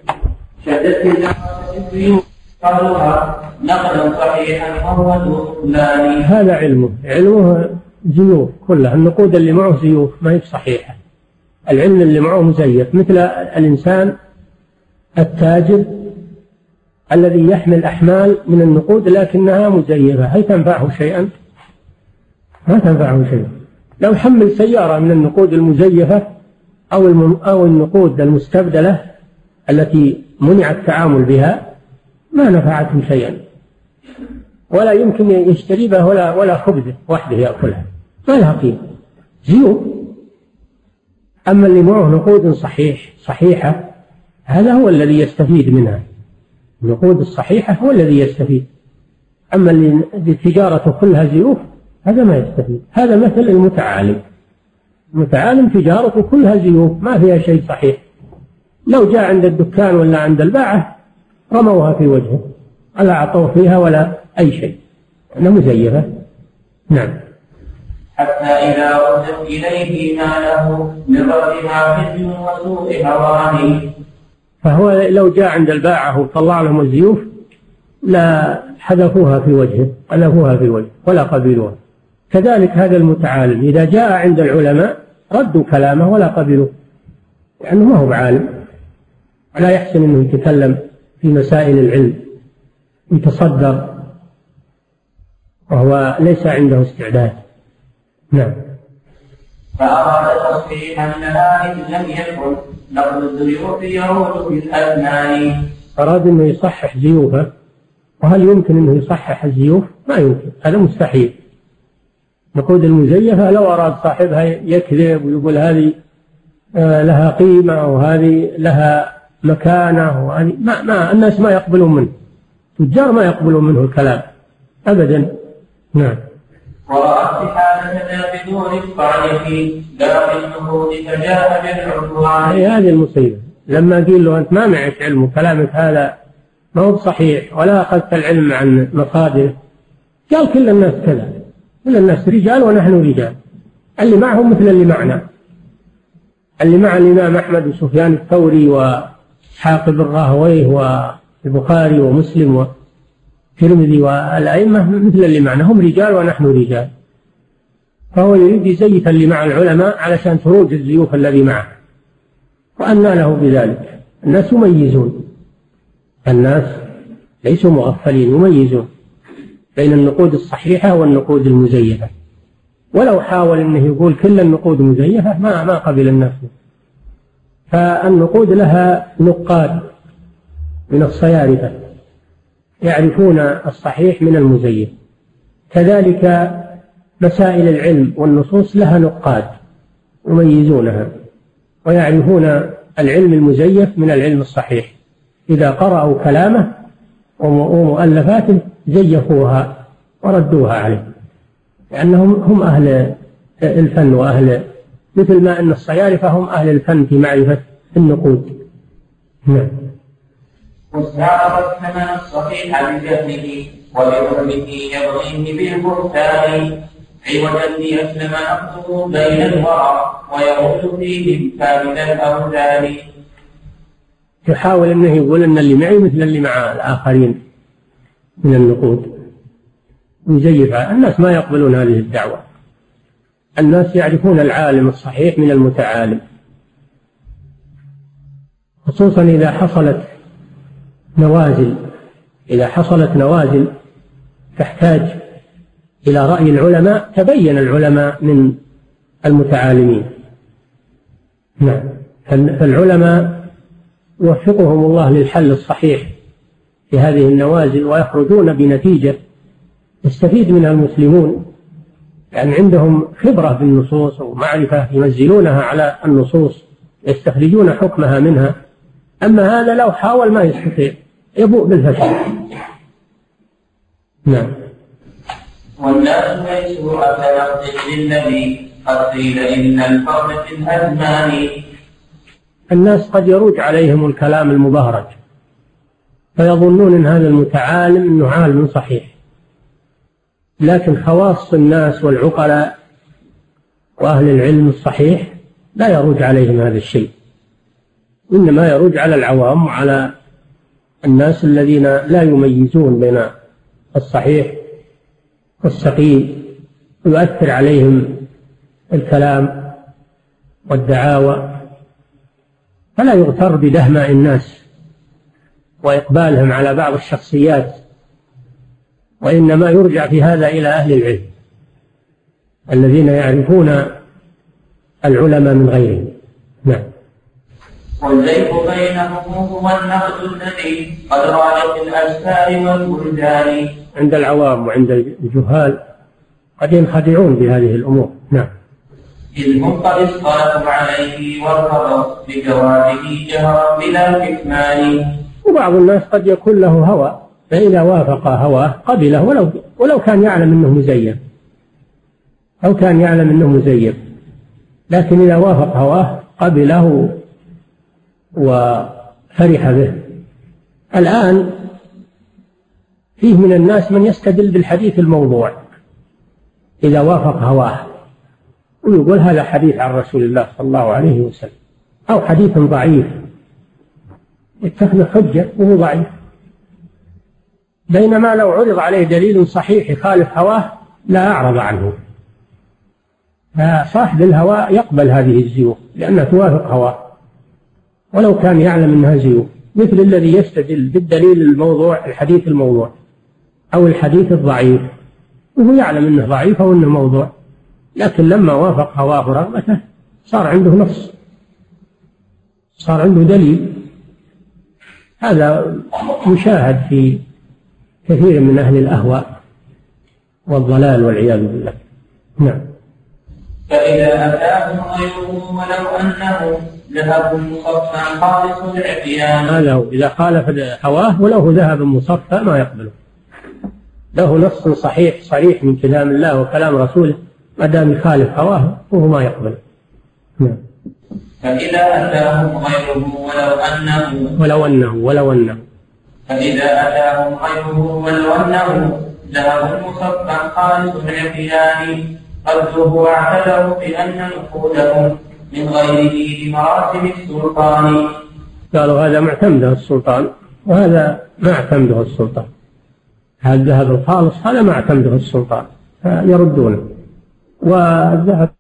قالوها نقلا صحيحا وهو ثاني. هذا علمه علمه زيوف كلها، النقود اللي معه زيوف ما هي صحيحة، العلم اللي معه مزيف، مثل الإنسان التاجر الذي يحمل أحمال من النقود لكنها مزيفة، هل تنفعه شيئا؟ ما تنفعه شيئا. لو حمل سيارة من النقود المزيفة أو أو النقود المستبدلة التي منع التعامل بها ما نفعته شيئا، ولا يمكن يشتري بها ولا ولا خبزة وحده يأكلها، ما لها قيمة، زيوف. أما اللي معه نقود صحيح صحيحة هذا هو الذي يستفيد منها، النقود الصحيحة هو الذي يستفيد. أما اللي تجارته كلها زيوف هذا ما يستفيد. هذا مثل المتعالم، المتعالم تجارته كلها زيوف ما فيها شيء صحيح، لو جاء عند الدكان ولا عند الباعة رموها في وجهه ولا أعطوه فيها ولا أي شيء، أنها مزيفة. نعم. حتى إذا ردت إليه ما له من ردها حزن وسوء هوان. فهو لو جاء عند الباعة وطلع لهم الزيوف لا حذفوها في وجهه حذفوها في وجهه ولا قبلوها. كذلك هذا المتعالم إذا جاء عند العلماء ردوا كلامه ولا قبلوه، لأنه ما هو بعالم ولا يحسن أنه يتكلم في مسائل العلم يتصدر وهو ليس عنده استعداد. نعم. فأراد تصحيحا لها إذ لم يكن نقل الزيوف يعود في الأذنان. أراد أنه يصحح زيوفه، وهل يمكن أنه يصحح الزيوف؟ ما يمكن، هذا مستحيل. نقود المزيفة لو أراد صاحبها يكذب ويقول هذه لها قيمة وهذه لها مكانة وهذه ما, ما الناس ما يقبلون منه، تجار ما يقبلون منه الكلام أبدا. نعم. ورأى استحالة ذا بدون الطعن في داخل النقود فجاء بالعدوان. هذه المصيبة، لما قيل له أنت ما معك علم وكلامك هذا ما هو صحيح ولا أخذت العلم عن مصادره، قال كل الناس كذا، كل الناس رجال ونحن رجال، اللي معهم مثل اللي معنا، اللي مع الإمام أحمد وسفيان الثوري وإسحاق بن راهويه والبخاري ومسلم والترمذي والأئمة مثل اللي معنا، هم رجال ونحن رجال. فهو يريد يزيف اللي مع العلماء علشان تروج الزيوف الذي معه، وأنى له بذلك. الناس يميزون، الناس ليسوا مغفلين، يميزون بين النقود الصحيحة والنقود المزيفة. ولو حاول أنه يقول كل النقود مزيفة ما ما قبل الناس. فالنقود لها نقاد من الصيارفة يعرفون الصحيح من المزيف، كذلك مسائل العلم والنصوص لها نقاد يميزونها ويعرفون العلم المزيف من العلم الصحيح. إذا قرأوا كلامه ومؤلفاته زيفوها وردوها عليه، لأنهم هم أهل الفن وأهل، مثل ما أن الصيارفة هم أهل الفن في معرفة النقود. نعم. واستعرض الثمن الصحيح بجهله وبحكمه يبغيه بالبهتان عوجا ليسلم نقصه بين الورى ويرد فيهم ثابت الأوزان. يحاول أنه يقول أن اللي معي مثل اللي مع الآخرين من النقود ويزيفها. الناس ما يقبلون هذه الدعوة، الناس يعرفون العالم الصحيح من المتعالم، خصوصا إذا حصلت نوازل إذا حصلت نوازل تحتاج إلى رأي العلماء تبين العلماء من المتعالمين. نعم. فالعلماء يوفقهم الله للحل الصحيح في هذه النوازل ويخرجون بنتيجة يستفيد منها المسلمون، لأن عندهم خبرة بالنصوص ومعرفة ينزلونها على النصوص يستخرجون حكمها منها. أما هذا لو حاول ما يستطيع، يبوء بالفشل. نعم. والناس ليسوا كنقد للذي قد قيل إن الفرد في الأزمان. الناس قد يروج عليهم الكلام المبهرج فيظنون أن هذا المتعالم أنه عالم صحيح، لكن خواص الناس والعقلاء وأهل العلم الصحيح لا يروج عليهم هذا الشيء، إنما يروج على العوام وعلى الناس الذين لا يميزون بين الصحيح والسقيم، ويؤثر عليهم الكلام والدعاوى، فلا يغتر بدهماء الناس وإقبالهم على بعض الشخصيات، وإنما يرجع في هذا إلى أهل العلم الذين يعرفون العلماء من غيرهم. نعم. والزيف بينهم هو النقد الذي قد راج في الأسفار والبلدان. عند العوام وعند الجهال قد ينخدعون بهذه الأمور. نعم. إذ هم قد اصطلحوا عليه وارتضوا بجوابه جهرا بلا كتمان. وبعض الناس قد يكون له هوى، فإذا وافق هواه قبله ولو ولو كان يعلم أنه مزيف، أو كان يعلم أنه مزيف، لكن إذا وافق هواه قبله وفرح به. الآن فيه من الناس من يستدل بالحديث الموضوع إذا وافق هواه، ويقول هذا حديث عن رسول الله صلى الله عليه وسلم، أو حديث ضعيف يتخذ حجة وهو ضعيف، بينما لو عرض عليه دليل صحيح يخالف هواه لا أعرض عنه. فصاحب الهوى يقبل هذه الزيوف لأنها توافق هواه ولو كان يعلم أنها زيوف، مثل الذي يستدل بالدليل الموضوع، الحديث الموضوع أو الحديث الضعيف وهو يعلم أنه ضعيف أو أنه موضوع، لكن لما وافق هواه رغبته صار عنده نص، صار عنده دليل. هذا مشاهد في كثير من أهل الأهواء والضلال والعياذ بالله. نعم. فإذا أتاهم غيره ولو أنه ذهب مصفى خالص العصيان. هذا هو، إذا خالف هواه وله ذهب مصفى ما يقبله، له نص صحيح صريح من كلام الله وكلام رسوله، ما دام يخالف هواه وهو ما يقبل. نعم. فإذا أتاهم غيره ولو أنه ولو أنه ولو أنه فإذا أتاهم غيره ولو أنه ذهب مصفى خالص العصيان قدره واعتذروا بأن نقودهم من غيره لمراتب السلطان. قالوا هذا معتمده السلطان وهذا ما اعتمده السلطان، هذا الذهب الخالص هذا ما اعتمده السلطان، يردونه. والذهب